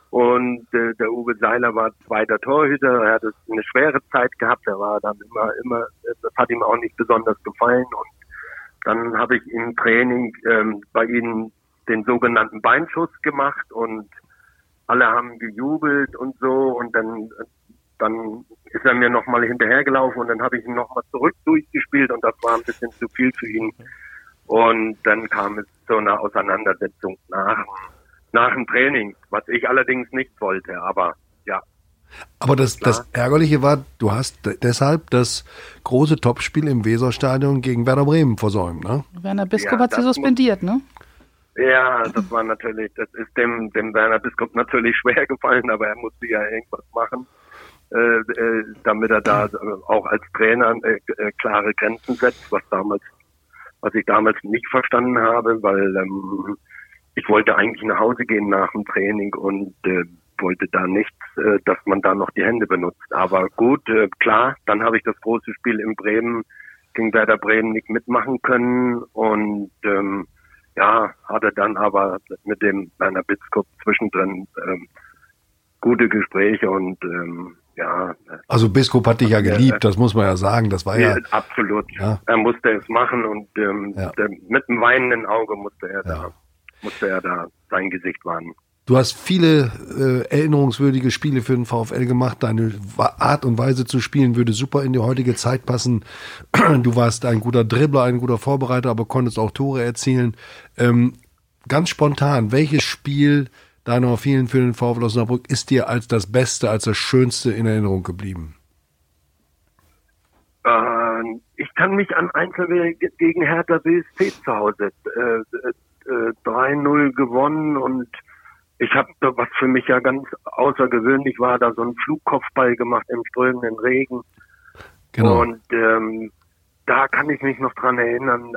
Und der Uwe Seiler war zweiter Torhüter. Er hat eine schwere Zeit gehabt. Er war dann immer, das hat ihm auch nicht besonders gefallen. Und dann habe ich im Training bei ihm den sogenannten Beinschuss gemacht und alle haben gejubelt und so. Und dann ist er mir nochmal hinterhergelaufen und dann habe ich ihn nochmal zurück durchgespielt und das war ein bisschen zu viel für ihn. Und dann kam es zu einer Auseinandersetzung nach dem Training, was ich allerdings nicht wollte, aber ja. Aber das Ärgerliche war, du hast deshalb das große Topspiel im Weserstadion gegen Werder Bremen versäumt, ne? Werner Biskup hat sie suspendiert, ne? Ja, das ist dem Werner Biskup natürlich schwer gefallen, aber er musste ja irgendwas machen, damit er da auch als Trainer klare Grenzen setzt, was ich damals nicht verstanden habe, weil ich wollte eigentlich nach Hause gehen nach dem Training und wollte da nichts, dass man da noch die Hände benutzt. Aber gut, klar, dann habe ich das große Spiel in Bremen gegen Werder Bremen nicht mitmachen können und hatte dann aber mit dem Werner Biskup zwischendrin gute Gespräche und Also Biskup hat dich ja geliebt, das muss man ja sagen, das war ja... Absolut, ja. Er musste es machen und mit einem weinenden Auge musste er da sein Gesicht wahren. Du hast viele erinnerungswürdige Spiele für den VfL gemacht. Deine Art und Weise zu spielen würde super in die heutige Zeit passen. Du warst ein guter Dribbler, ein guter Vorbereiter, aber konntest auch Tore erzielen. Ganz spontan, welches Spiel deiner vielen für den VfL Osnabrück ist dir als das Beste, als das Schönste in Erinnerung geblieben? Ich kann mich an Einzelne gegen Hertha BSC zu Hause 3-0 gewonnen und ich habe, was für mich ja ganz außergewöhnlich war, da so einen Flugkopfball gemacht im strömenden Regen. Genau. Und da kann ich mich noch dran erinnern,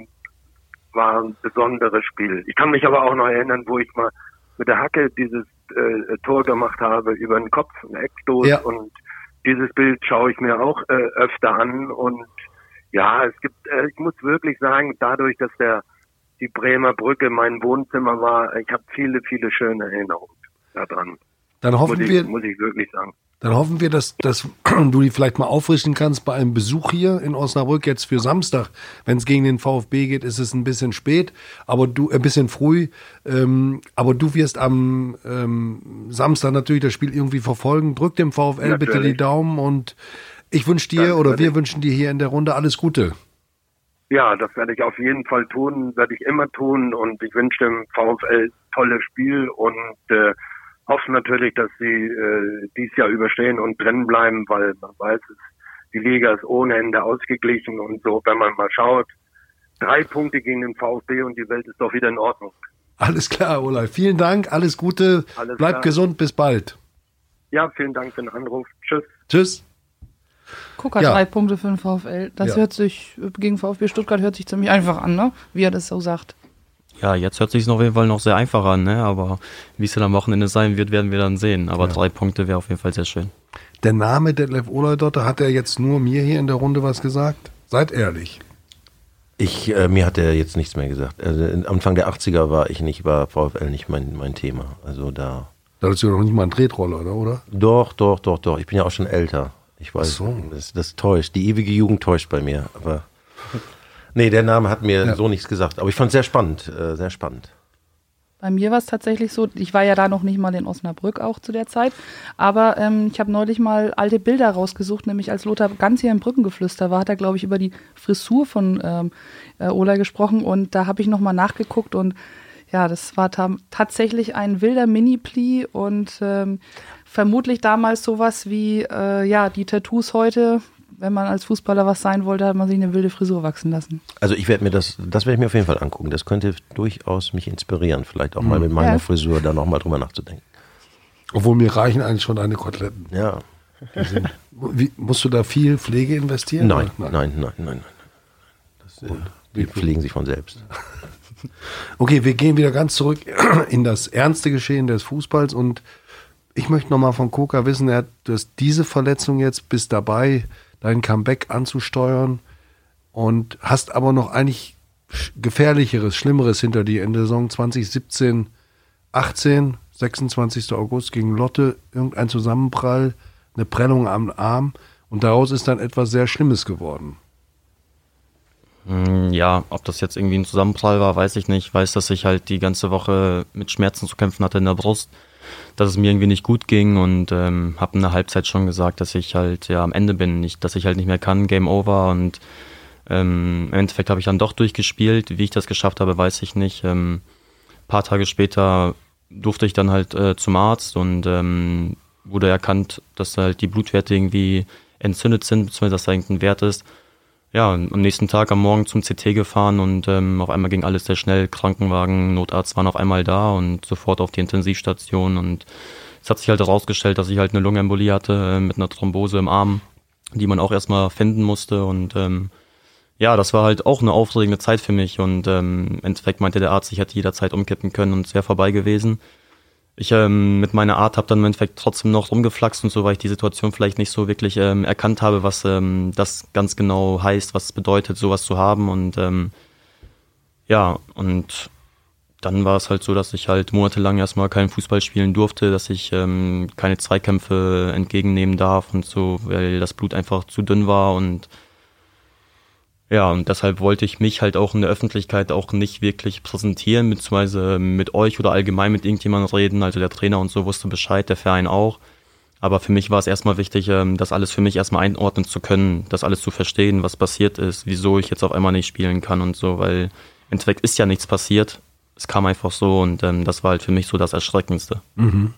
war ein besonderes Spiel. Ich kann mich aber auch noch erinnern, wo ich mal mit der Hacke dieses Tor gemacht habe über den Kopf, einen Eckstoß. Ja. Und dieses Bild schaue ich mir auch öfter an. Und ja, es gibt, ich muss wirklich sagen, dadurch, dass die Bremer Brücke mein Wohnzimmer war, ich habe viele, viele schöne Erinnerungen daran. Dann hoffen muss ich wirklich sagen. Dann hoffen wir, dass du die vielleicht mal aufrichten kannst bei einem Besuch hier in Osnabrück jetzt für Samstag. Wenn es gegen den VfB geht, ist es ein bisschen spät, aber ein bisschen früh. Aber du wirst am Samstag natürlich das Spiel irgendwie verfolgen. Drück dem VfL natürlich bitte die Daumen und ich wünsche dir wir wünschen dir hier in der Runde alles Gute. Ja, das werde ich auf jeden Fall tun, werde ich immer tun und ich wünsche dem VfL tolles Spiel und hoffe natürlich, dass sie dieses Jahr überstehen und drin bleiben, weil man weiß, die Liga ist ohne Ende ausgeglichen und so, wenn man mal schaut, 3 Punkte gegen den VfB und die Welt ist doch wieder in Ordnung. Alles klar, Olaf. Vielen Dank, alles Gute, bleib gesund, bis bald. Ja, vielen Dank für den Anruf. Tschüss. Tschüss. Guck, 3 Punkte für den VfL. Das hört sich, gegen VfB Stuttgart hört sich ziemlich einfach an, ne? Wie er das so sagt. Ja, jetzt hört sich es auf jeden Fall noch sehr einfach an, ne? Aber wie es dann am Wochenende sein wird, werden wir dann sehen. Aber 3 Punkte wäre auf jeden Fall sehr schön. Der Name Detlef Oleidotter, hat er jetzt nur mir hier in der Runde was gesagt? Seid ehrlich. Mir hat er jetzt nichts mehr gesagt. Also Anfang der 80er war VfL nicht mein Thema. Also da hattest du noch nicht mal einen Tretroller, oder? Doch. Ich bin ja auch schon älter. Ich weiß, das täuscht. Die ewige Jugend täuscht bei mir. Aber nee, der Name hat mir so nichts gesagt. Aber ich fand es sehr spannend, sehr spannend. Bei mir war es tatsächlich so, ich war ja da noch nicht mal in Osnabrück auch zu der Zeit, aber ich habe neulich mal alte Bilder rausgesucht, nämlich als Lothar ganz hier im Brückengeflüster war, hat er, glaube ich, über die Frisur von Ola gesprochen und da habe ich nochmal nachgeguckt und ja, das war tatsächlich ein wilder Mini-Pli und vermutlich damals sowas wie die Tattoos heute. Wenn man als Fußballer was sein wollte, hat man sich eine wilde Frisur wachsen lassen. Also ich werde mir das werde ich mir auf jeden Fall angucken. Das könnte durchaus mich inspirieren, vielleicht auch mal mit meiner Frisur da nochmal drüber nachzudenken. Obwohl mir reichen eigentlich schon deine Koteletten. Ja. Musst du da viel Pflege investieren? Nein. Die pflegen sich von selbst. Okay, wir gehen wieder ganz zurück in das ernste Geschehen des Fußballs und ich möchte nochmal von Koka wissen, du hast diese Verletzung jetzt, bist dabei, dein Comeback anzusteuern und hast aber noch eigentlich Gefährlicheres, Schlimmeres hinter dir in der Saison 2017, 18, 26. August gegen Lotte, irgendein Zusammenprall, eine Prellung am Arm und daraus ist dann etwas sehr Schlimmes geworden. Ja, ob das jetzt irgendwie ein Zusammenprall war, weiß ich nicht. Ich weiß, dass ich halt die ganze Woche mit Schmerzen zu kämpfen hatte in der Brust, dass es mir irgendwie nicht gut ging und habe in der Halbzeit schon gesagt, dass ich halt am Ende bin, dass ich halt nicht mehr kann, Game Over und im Endeffekt habe ich dann doch durchgespielt. Wie ich das geschafft habe, weiß ich nicht. Ein paar Tage später durfte ich dann halt zum Arzt und wurde erkannt, dass halt die Blutwerte irgendwie entzündet sind, beziehungsweise dass da irgendein Wert ist. Ja, am nächsten Tag am Morgen zum CT gefahren und auf einmal ging alles sehr schnell. Krankenwagen, Notarzt waren auf einmal da und sofort auf die Intensivstation. Und es hat sich halt herausgestellt, dass ich halt eine Lungenembolie hatte mit einer Thrombose im Arm, die man auch erstmal finden musste. Und das war halt auch eine aufregende Zeit für mich. Und im Endeffekt meinte der Arzt, ich hätte jederzeit umkippen können und es wäre vorbei gewesen. Ich mit meiner Art habe dann im Endeffekt trotzdem noch rumgeflaxt und so, weil ich die Situation vielleicht nicht so wirklich erkannt habe, was das ganz genau heißt, was es bedeutet, sowas zu haben. Und und dann war es halt so, dass ich halt monatelang erstmal keinen Fußball spielen durfte, dass ich keine Zweikämpfe entgegennehmen darf und so, weil das Blut einfach zu dünn war und deshalb wollte ich mich halt auch in der Öffentlichkeit auch nicht wirklich präsentieren, beziehungsweise mit euch oder allgemein mit irgendjemandem reden. Also der Trainer und so wusste Bescheid, der Verein auch. Aber für mich war es erstmal wichtig, das alles für mich erstmal einordnen zu können, das alles zu verstehen, was passiert ist, wieso ich jetzt auf einmal nicht spielen kann und so, weil im Endeffekt ist ja nichts passiert. Es kam einfach so und das war halt für mich so das Erschreckendste. Mhm.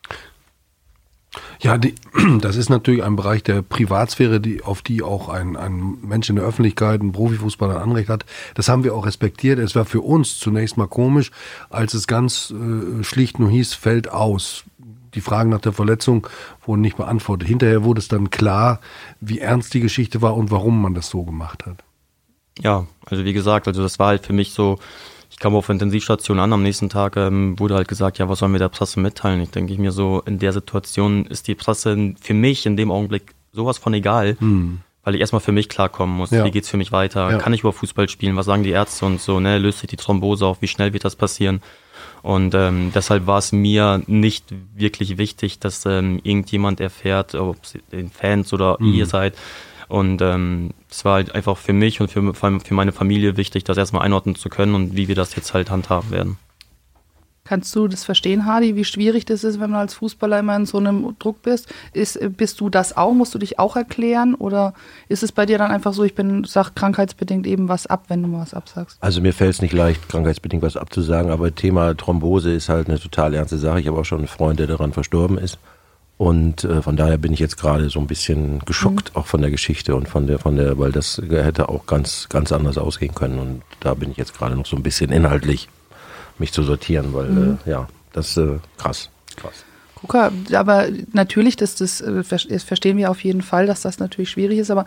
Ja, das ist natürlich ein Bereich der Privatsphäre, auf die auch ein Mensch in der Öffentlichkeit, ein Profifußballer ein Anrecht hat. Das haben wir auch respektiert. Es war für uns zunächst mal komisch, als es ganz schlicht nur hieß, fällt aus. Die Fragen nach der Verletzung wurden nicht beantwortet. Hinterher wurde es dann klar, wie ernst die Geschichte war und warum man das so gemacht hat. Ja, also wie gesagt, das war halt für mich so, ich kam auf der Intensivstation an, am nächsten Tag wurde halt gesagt, ja, was sollen wir der Presse mitteilen? Ich denke mir so, in der Situation ist die Presse für mich in dem Augenblick sowas von egal, weil ich erstmal für mich klarkommen muss. Ja. Wie geht's für mich weiter? Ja. Kann ich überhaupt Fußball spielen? Was sagen die Ärzte und so? Ne? Löst sich die Thrombose auf? Wie schnell wird das passieren? Und deshalb war es mir nicht wirklich wichtig, dass irgendjemand erfährt, ob es den Fans oder ihr seid. Und es war halt einfach für mich und vor allem für meine Familie wichtig, das erstmal einordnen zu können und wie wir das jetzt halt handhaben werden. Kannst du das verstehen, Hardy, wie schwierig das ist, wenn man als Fußballer immer in so einem Druck bist? Bist du das auch? Musst du dich auch erklären? Oder ist es bei dir dann einfach so, sag krankheitsbedingt eben was ab, wenn du mal was absagst? Also mir fällt es nicht leicht, krankheitsbedingt was abzusagen, aber Thema Thrombose ist halt eine total ernste Sache. Ich habe auch schon einen Freund, der daran verstorben ist. Und von daher bin ich jetzt gerade so ein bisschen geschockt, auch von der Geschichte und von der, weil das hätte auch ganz, ganz anders ausgehen können. Und da bin ich jetzt gerade noch so ein bisschen inhaltlich mich zu sortieren, weil das ist krass. Kuka, aber natürlich, das verstehen wir auf jeden Fall, dass das natürlich schwierig ist, aber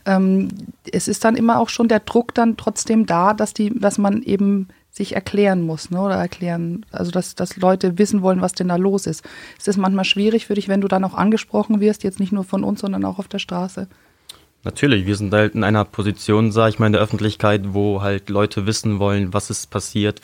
es ist dann immer auch schon der Druck dann trotzdem da, dass man eben sich erklären muss, ne? Oder erklären, also dass Leute wissen wollen, was denn da los ist. Ist das manchmal schwierig für dich, wenn du dann auch angesprochen wirst, jetzt nicht nur von uns, sondern auch auf der Straße? Natürlich, wir sind halt in einer Position, sage ich mal, in der Öffentlichkeit, wo halt Leute wissen wollen, was ist passiert,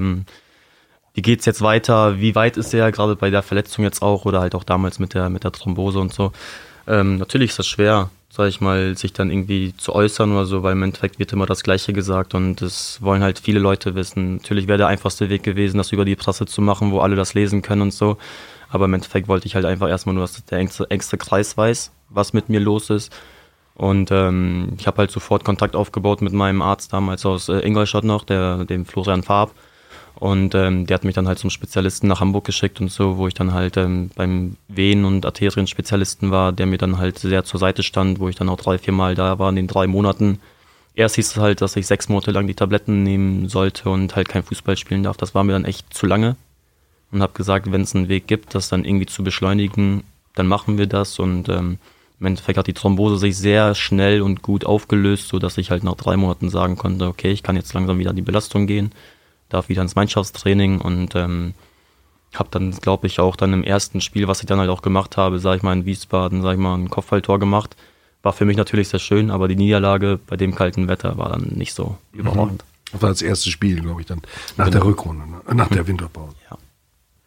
wie geht's jetzt weiter, wie weit ist er, gerade bei der Verletzung jetzt auch oder halt auch damals mit der Thrombose und so. Natürlich ist das schwer, sage ich mal, sich dann irgendwie zu äußern oder so, weil im Endeffekt wird immer das Gleiche gesagt und das wollen halt viele Leute wissen. Natürlich wäre der einfachste Weg gewesen, das über die Presse zu machen, wo alle das lesen können und so, aber im Endeffekt wollte ich halt einfach erstmal nur, dass der engste Kreis weiß, was mit mir los ist. Und ich habe halt sofort Kontakt aufgebaut mit meinem Arzt damals aus Ingolstadt noch, dem Florian Farb. Und der hat mich dann halt zum Spezialisten nach Hamburg geschickt und so, wo ich dann halt beim Venen- und Arterien-Spezialisten war, der mir dann halt sehr zur Seite stand, wo ich dann auch 3-4 Mal da war in den 3 Monaten. Erst hieß es halt, dass ich 6 Monate lang die Tabletten nehmen sollte und halt kein Fußball spielen darf. Das war mir dann echt zu lange. Und habe gesagt, wenn es einen Weg gibt, das dann irgendwie zu beschleunigen, dann machen wir das. Und im Endeffekt hat die Thrombose sich sehr schnell und gut aufgelöst, sodass ich halt nach 3 Monaten sagen konnte, okay, ich kann jetzt langsam wieder an die Belastung gehen, darf wieder ins Mannschaftstraining und habe dann, glaube ich, auch dann im ersten Spiel, was ich dann halt auch gemacht habe, sage ich mal in Wiesbaden, ein Kopfballtor gemacht. War für mich natürlich sehr schön, aber die Niederlage bei dem kalten Wetter war dann nicht so überragend. Das war das erste Spiel, glaube ich, dann nach der Rückrunde, nach der Winterpause. Ja.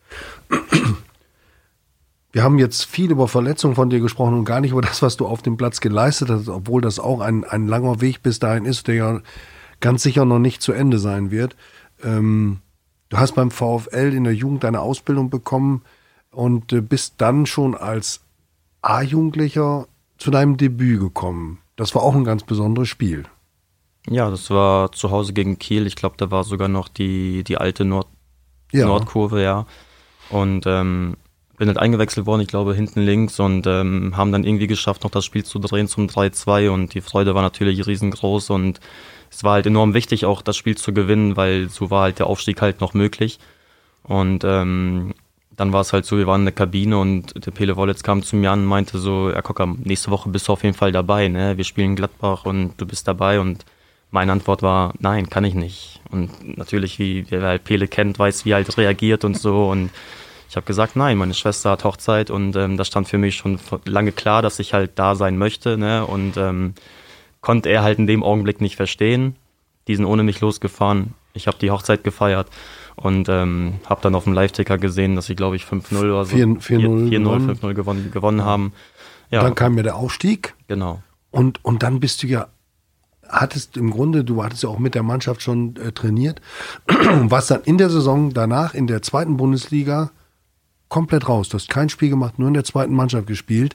Wir haben jetzt viel über Verletzungen von dir gesprochen und gar nicht über das, was du auf dem Platz geleistet hast, obwohl das auch ein langer Weg bis dahin ist, der ja ganz sicher noch nicht zu Ende sein wird. Du hast beim VfL in der Jugend deine Ausbildung bekommen und bist dann schon als A-Jugendlicher zu deinem Debüt gekommen. Das war auch ein ganz besonderes Spiel. Ja, das war zu Hause gegen Kiel. Ich glaube, da war sogar noch die alte Nordkurve, ja. Und bin halt eingewechselt worden, ich glaube hinten links, und haben dann irgendwie geschafft, noch das Spiel zu drehen zum 3-2, und die Freude war natürlich riesengroß, und es war halt enorm wichtig, auch das Spiel zu gewinnen, weil so war halt der Aufstieg halt noch möglich. Und dann war es halt so, wir waren in der Kabine und der Pele Wollitz kam zu mir an und meinte so, ja Kocker, nächste Woche bist du auf jeden Fall dabei, ne? Wir spielen Gladbach und du bist dabei, und meine Antwort war, nein, kann ich nicht. Und natürlich, wer halt Pele kennt, weiß, wie er halt reagiert und so, und ich habe gesagt, nein, meine Schwester hat Hochzeit, und das stand für mich schon lange klar, dass ich halt da sein möchte, ne? Und konnte er halt in dem Augenblick nicht verstehen. Die sind ohne mich losgefahren. Ich habe die Hochzeit gefeiert und habe dann auf dem Live-Ticker gesehen, dass sie, glaube ich, 5-0 oder so 4-0, 5-0 gewonnen haben. Ja. Dann kam ja der Aufstieg. Genau. Und dann bist du ja, du hattest ja auch mit der Mannschaft schon trainiert, warst dann in der Saison danach in der zweiten Bundesliga komplett raus. Du hast kein Spiel gemacht, nur in der zweiten Mannschaft gespielt.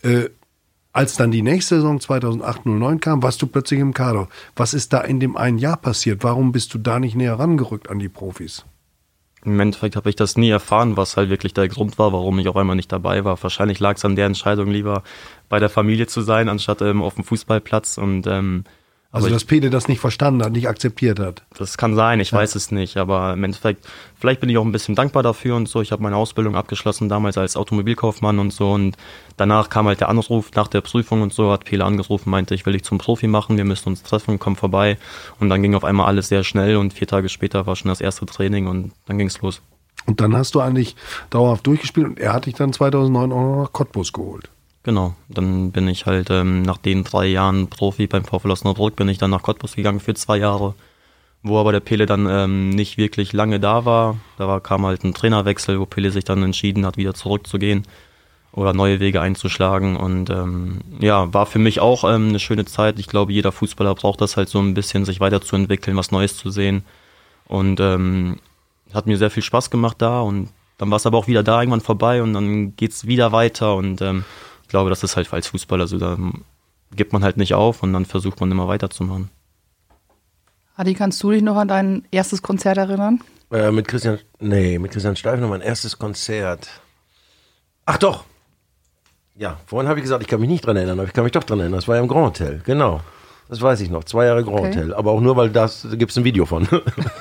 Als dann die nächste Saison 2008/09 kam, warst du plötzlich im Kader. Was ist da in dem einen Jahr passiert? Warum bist du da nicht näher rangerückt an die Profis? Im Endeffekt habe ich das nie erfahren, was halt wirklich der Grund war, warum ich auf einmal nicht dabei war. Wahrscheinlich lag es an der Entscheidung, lieber bei der Familie zu sein, anstatt auf dem Fußballplatz. Und also, dass Pele das nicht verstanden hat, nicht akzeptiert hat. Das kann sein, ich weiß es nicht, aber im Endeffekt, vielleicht bin ich auch ein bisschen dankbar dafür und so. Ich habe meine Ausbildung abgeschlossen damals als Automobilkaufmann und so, und danach kam halt der Anruf nach der Prüfung und so, hat Pele angerufen, meinte, ich will dich zum Profi machen, wir müssen uns treffen, komm vorbei, und dann ging auf einmal alles sehr schnell, und 4 Tage später war schon das erste Training und dann ging es los. Und dann hast du eigentlich dauerhaft durchgespielt und er hat dich dann 2009 auch noch nach Cottbus geholt. Genau, dann bin ich halt nach den 3 Jahren Profi beim VfL Osnabrück, bin ich dann nach Cottbus gegangen für 2 Jahre, wo aber der Pele dann nicht wirklich lange da war. Kam halt ein Trainerwechsel, wo Pele sich dann entschieden hat, wieder zurückzugehen oder neue Wege einzuschlagen, und war für mich auch eine schöne Zeit. Ich glaube, jeder Fußballer braucht das halt so ein bisschen, sich weiterzuentwickeln, was Neues zu sehen, und hat mir sehr viel Spaß gemacht da, und dann war es aber auch wieder da irgendwann vorbei, und dann geht's wieder weiter, und ich glaube, das ist halt als Fußballer so, da gibt man halt nicht auf und dann versucht man immer weiterzumachen. Adi, kannst du dich noch an dein erstes Konzert erinnern? Mit Christian Steifner, mein erstes Konzert. Ach doch! Ja, vorhin habe ich gesagt, ich kann mich nicht dran erinnern, aber ich kann mich doch dran erinnern. Das war ja im Grand Hotel, genau. Das weiß ich noch, 2 Jahre Grand Hotel. Aber auch nur, weil da gibt es ein Video von.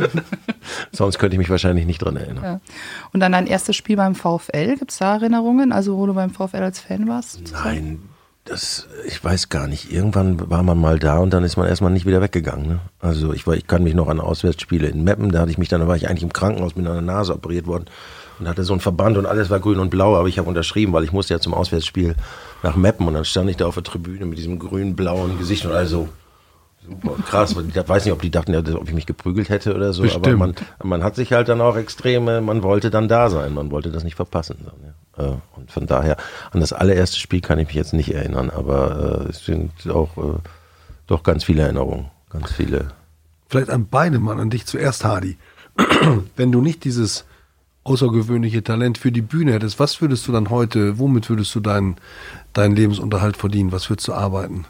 Sonst könnte ich mich wahrscheinlich nicht dran erinnern. Ja. Und dann dein erstes Spiel beim VfL, gibt es da Erinnerungen? Also wo du beim VfL als Fan warst? Nein, ich weiß gar nicht. Irgendwann war man mal da und dann ist man erstmal nicht wieder weggegangen. Ne? Also ich kann mich noch an Auswärtsspiele in Meppen, da war ich eigentlich im Krankenhaus mit einer Nase operiert worden und hatte so einen Verband und alles war grün und blau, aber ich habe unterschrieben, weil ich musste ja zum Auswärtsspiel nach Meppen, und dann stand ich da auf der Tribüne mit diesem grün-blauen Gesicht und also super krass. Ich weiß nicht, ob die dachten, ob ich mich geprügelt hätte oder so, bestimmt. Aber man hat sich halt dann auch man wollte dann da sein, man wollte das nicht verpassen. Und von daher, an das allererste Spiel kann ich mich jetzt nicht erinnern, aber es sind auch doch ganz viele Erinnerungen, ganz viele. Vielleicht an beide mal, an dich zuerst, Hadi. Wenn du nicht dieses außergewöhnliche Talent für die Bühne hättest, was würdest du dann heute, womit würdest du deinen Lebensunterhalt verdienen? Was würdest du arbeiten?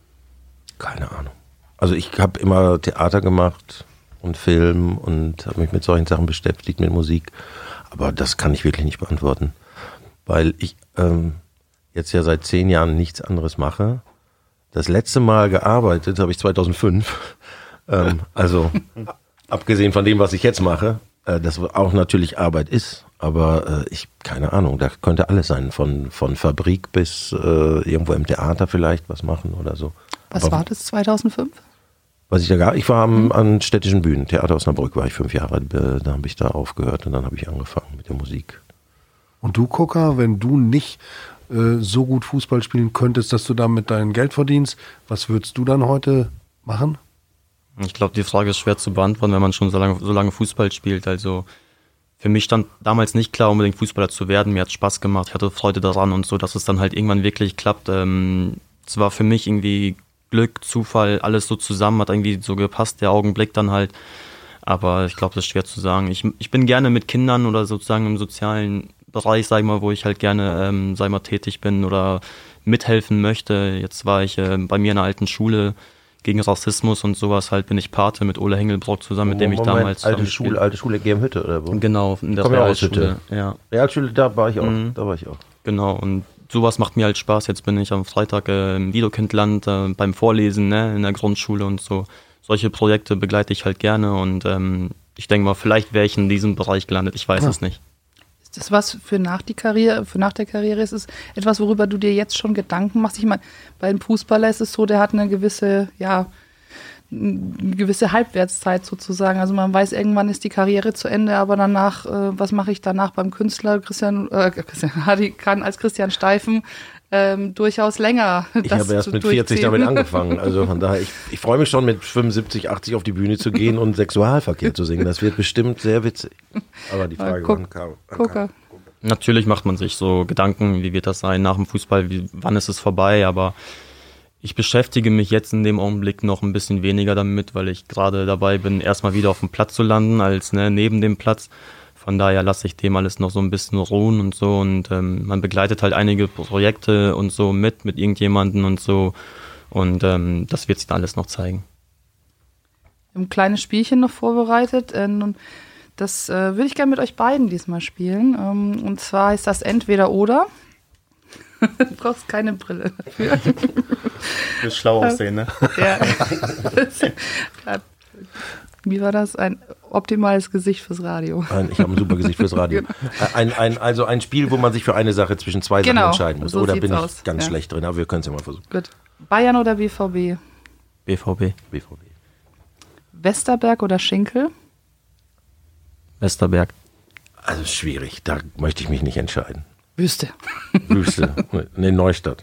Keine Ahnung. Also ich habe immer Theater gemacht und Film und habe mich mit solchen Sachen beschäftigt, mit Musik. Aber das kann ich wirklich nicht beantworten, weil ich jetzt ja seit 10 Jahren nichts anderes mache. Das letzte Mal gearbeitet habe ich 2005. Also abgesehen von dem, was ich jetzt mache, das auch natürlich Arbeit ist. Aber keine Ahnung, da könnte alles sein. Von Fabrik bis irgendwo im Theater vielleicht was machen oder so. Was war das 2005? Ich war an städtischen Bühnen. Theater Osnabrück war ich 5 Jahre. Da habe ich da aufgehört und dann habe ich angefangen mit der Musik. Und du, Kocker, wenn du nicht so gut Fußball spielen könntest, dass du damit dein Geld verdienst, was würdest du dann heute machen? Ich glaube, die Frage ist schwer zu beantworten, wenn man schon so lange Fußball spielt. Also Für mich stand damals nicht klar, unbedingt Fußballer zu werden. Mir hat es Spaß gemacht, ich hatte Freude daran und so, dass es dann halt irgendwann wirklich klappt. Es war für mich irgendwie Glück, Zufall, alles so zusammen, hat irgendwie so gepasst, der Augenblick dann halt. Aber ich glaube, das ist schwer zu sagen. Ich bin gerne mit Kindern oder sozusagen im sozialen Bereich, sag ich mal, wo ich halt gerne, sag ich mal, tätig bin oder mithelfen möchte. Jetzt war ich bei mir in einer alten Schule gegen Rassismus und sowas halt, bin ich Pate mit Ole Hengelbrock zusammen, mit dem ich damals... Alte Schule Gemhütte oder wo? Genau, in der Realschule. Ja. Realschule, da war ich auch. Genau, und sowas macht mir halt Spaß. Jetzt bin ich am Freitag im Widokindland beim Vorlesen, ne, in der Grundschule und so. Solche Projekte begleite ich halt gerne und ich denke mal, vielleicht wäre ich in diesem Bereich gelandet, ich weiß es nicht. Ist das was für nach der Karriere? Ist es etwas, worüber du dir jetzt schon Gedanken machst? Ich meine, bei einem Fußballer ist es so, der hat eine gewisse Halbwertszeit sozusagen. Also man weiß, irgendwann ist die Karriere zu Ende, aber danach, was mache ich danach beim Künstler? Christian Hardy kann als Christian Steifen durchaus länger. Ich habe erst mit 40 damit angefangen. Also von daher, ich freue mich schon mit 75, 80 auf die Bühne zu gehen und Sexualverkehr zu singen. Das wird bestimmt sehr witzig. Aber die Frage Gucker. Natürlich macht man sich so Gedanken, wie wird das sein nach dem Fußball, wann ist es vorbei, aber ich beschäftige mich jetzt in dem Augenblick noch ein bisschen weniger damit, weil ich gerade dabei bin, erstmal wieder auf dem Platz zu landen, als neben dem Platz. Von daher lasse ich dem alles noch so ein bisschen ruhen und so und man begleitet halt einige Projekte und so mit irgendjemanden und so und das wird sich dann alles noch zeigen. Ein kleines Spielchen noch vorbereitet. Das würde ich gerne mit euch beiden diesmal spielen. Und zwar ist das entweder oder. Du brauchst keine Brille dafür. Du wirst schlau aussehen, ne? Ja. Wie war das? Ein optimales Gesicht fürs Radio. Ich habe ein super Gesicht fürs Radio. Also ein Spiel, wo man sich für eine Sache zwischen zwei Sachen entscheiden muss. So oder bin ich aus. ganz schlecht drin, aber wir können es ja mal versuchen. Gut. Bayern oder BVB? BVB. Westerberg oder Schinkel? Westerberg. Also schwierig, da möchte ich mich nicht entscheiden. Wüste. Nee, Neustadt.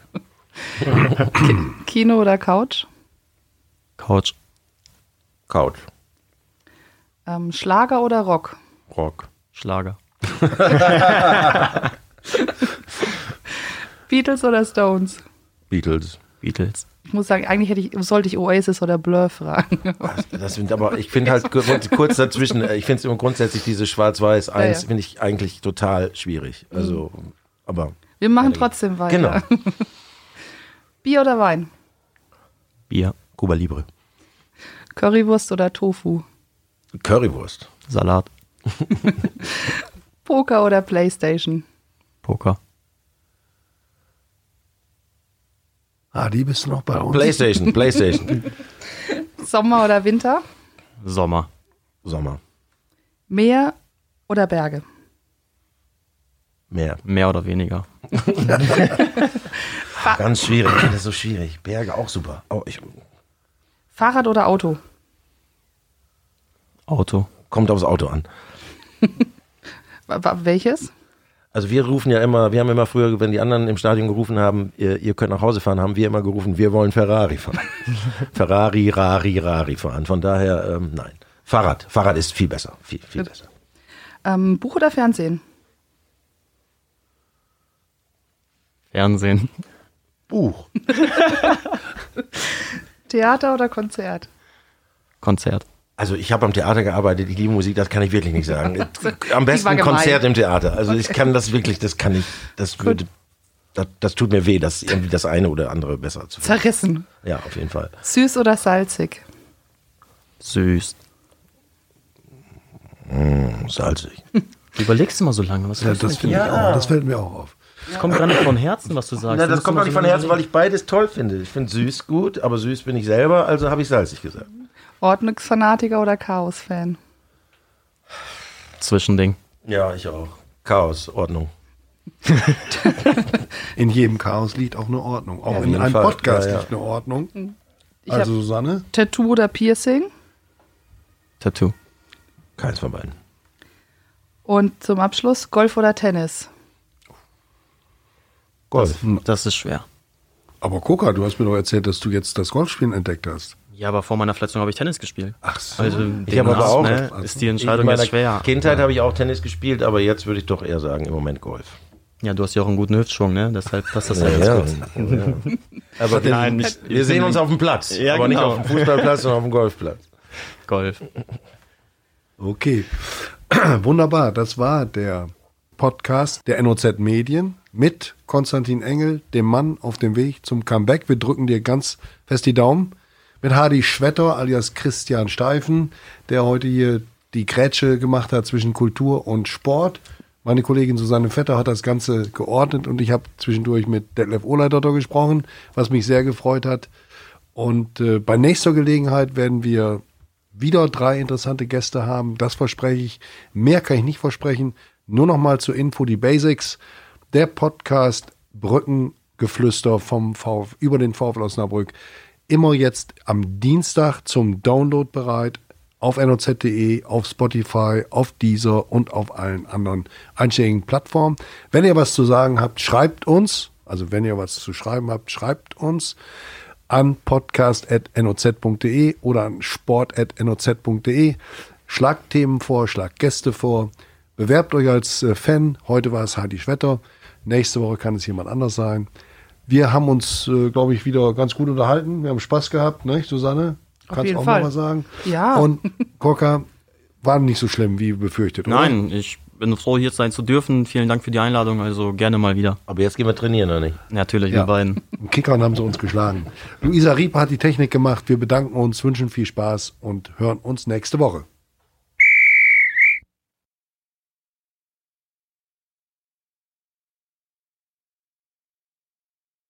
Kino oder Couch? Couch. Schlager oder Rock? Rock. Schlager. Beatles oder Stones? Beatles. Ich muss sagen, eigentlich sollte ich Oasis oder Blur fragen. Das sind aber, ich finde halt kurz dazwischen, ich finde es immer grundsätzlich diese Schwarz-Weiß-1 finde ich eigentlich total schwierig. Also, aber. Wir machen trotzdem weiter. Genau. Bier oder Wein? Bier. Cuba Libre. Currywurst oder Tofu? Currywurst. Salat. Poker oder Playstation? Poker. Die bist du noch bei uns. Playstation. Sommer oder Winter? Sommer. Meer oder Berge? Mehr oder weniger. Ganz schwierig, das ist so schwierig. Berge auch super. Fahrrad oder Auto? Auto. Kommt aufs Auto an. Welches? Also wir haben immer früher, wenn die anderen im Stadion gerufen haben, ihr könnt nach Hause fahren, haben wir immer gerufen, wir wollen Ferrari fahren. Rari fahren. Von daher, nein. Fahrrad ist viel besser. Viel besser. Buch oder Fernsehen? Fernsehen. Buch. Theater oder Konzert? Konzert. Also ich habe am Theater gearbeitet, ich liebe Musik, das kann ich wirklich nicht sagen. Am besten Konzert im Theater. Also ich kann das wirklich, das tut mir weh, das irgendwie das eine oder andere besser zu finden. Zerrissen. Ja, auf jeden Fall. Süß oder salzig? Süß. Salzig. Du überlegst immer so lange. Was Das fällt mir auch auf. Das kommt gar nicht von Herzen, was du sagst. Na, das kommt auch nicht von Herzen, weil ich beides toll finde. Ich finde süß gut, aber süß bin ich selber, also habe ich salzig gesagt. Ordnungsfanatiker oder Chaos-Fan? Zwischending. Ja, ich auch. Chaos, Ordnung. In jedem Chaos liegt auch eine Ordnung. Auch in einem Podcast liegt eine Ordnung. Also Susanne? Tattoo oder Piercing? Tattoo. Keins von beiden. Und zum Abschluss Golf oder Tennis? Golf. Das ist schwer. Aber Coca, du hast mir doch erzählt, dass du jetzt das Golfspielen entdeckt hast. Ja, aber vor meiner Verletzung habe ich Tennis gespielt. Ach so. Also Ich habe aber auch ist die Entscheidung in meiner jetzt schwer. Kindheit habe ich auch Tennis gespielt, aber jetzt würde ich doch eher sagen, im Moment Golf. Ja, du hast ja auch einen guten Hüftschwung, ne? Deshalb passt das Ja, ganz ja. gut. Ja. Aber Nein, wir sehen uns auf dem Platz, Ja, aber nicht genau. auf dem Fußballplatz, sondern auf dem Golfplatz. Golf. Okay, wunderbar. Das war der Podcast der NOZ Medien mit Konstantin Engel, dem Mann auf dem Weg zum Comeback. Wir drücken dir ganz fest die Daumen. Mit Hardy Schwetter alias Christian Steifen, der heute hier die Grätsche gemacht hat zwischen Kultur und Sport. Meine Kollegin Susanne Vetter hat das Ganze geordnet und ich habe zwischendurch mit Detlef Ohleidotter gesprochen, was mich sehr gefreut hat. Und bei nächster Gelegenheit werden wir wieder 3 interessante Gäste haben. Das verspreche ich. Mehr kann ich nicht versprechen. Nur noch mal zur Info die Basics. Der Podcast Brückengeflüster über den VfL Osnabrück. Immer jetzt am Dienstag zum Download bereit. Auf noz.de, auf Spotify, auf Deezer und auf allen anderen einschlägigen Plattformen. Wenn ihr was zu sagen habt, schreibt uns. Also wenn ihr was zu schreiben habt, schreibt uns an podcast@noz.de oder an sport@noz.de. Schlagt Themen vor, schlagt Gäste vor. Bewerbt euch als Fan. Heute war es Hardy Schwetter. Nächste Woche kann es jemand anders sein. Wir haben uns, glaube ich, wieder ganz gut unterhalten. Wir haben Spaß gehabt, ne, Susanne? Kannst du auch noch mal sagen? Ja. Und Koka, war nicht so schlimm wie befürchtet, oder? Nein, ich bin froh, hier sein zu dürfen. Vielen Dank für die Einladung, also gerne mal wieder. Aber jetzt gehen wir trainieren, oder nicht? Natürlich, Ja. wir beiden. Im Kickern haben sie uns geschlagen. Luisa Rieper hat die Technik gemacht. Wir bedanken uns, wünschen viel Spaß und hören uns nächste Woche.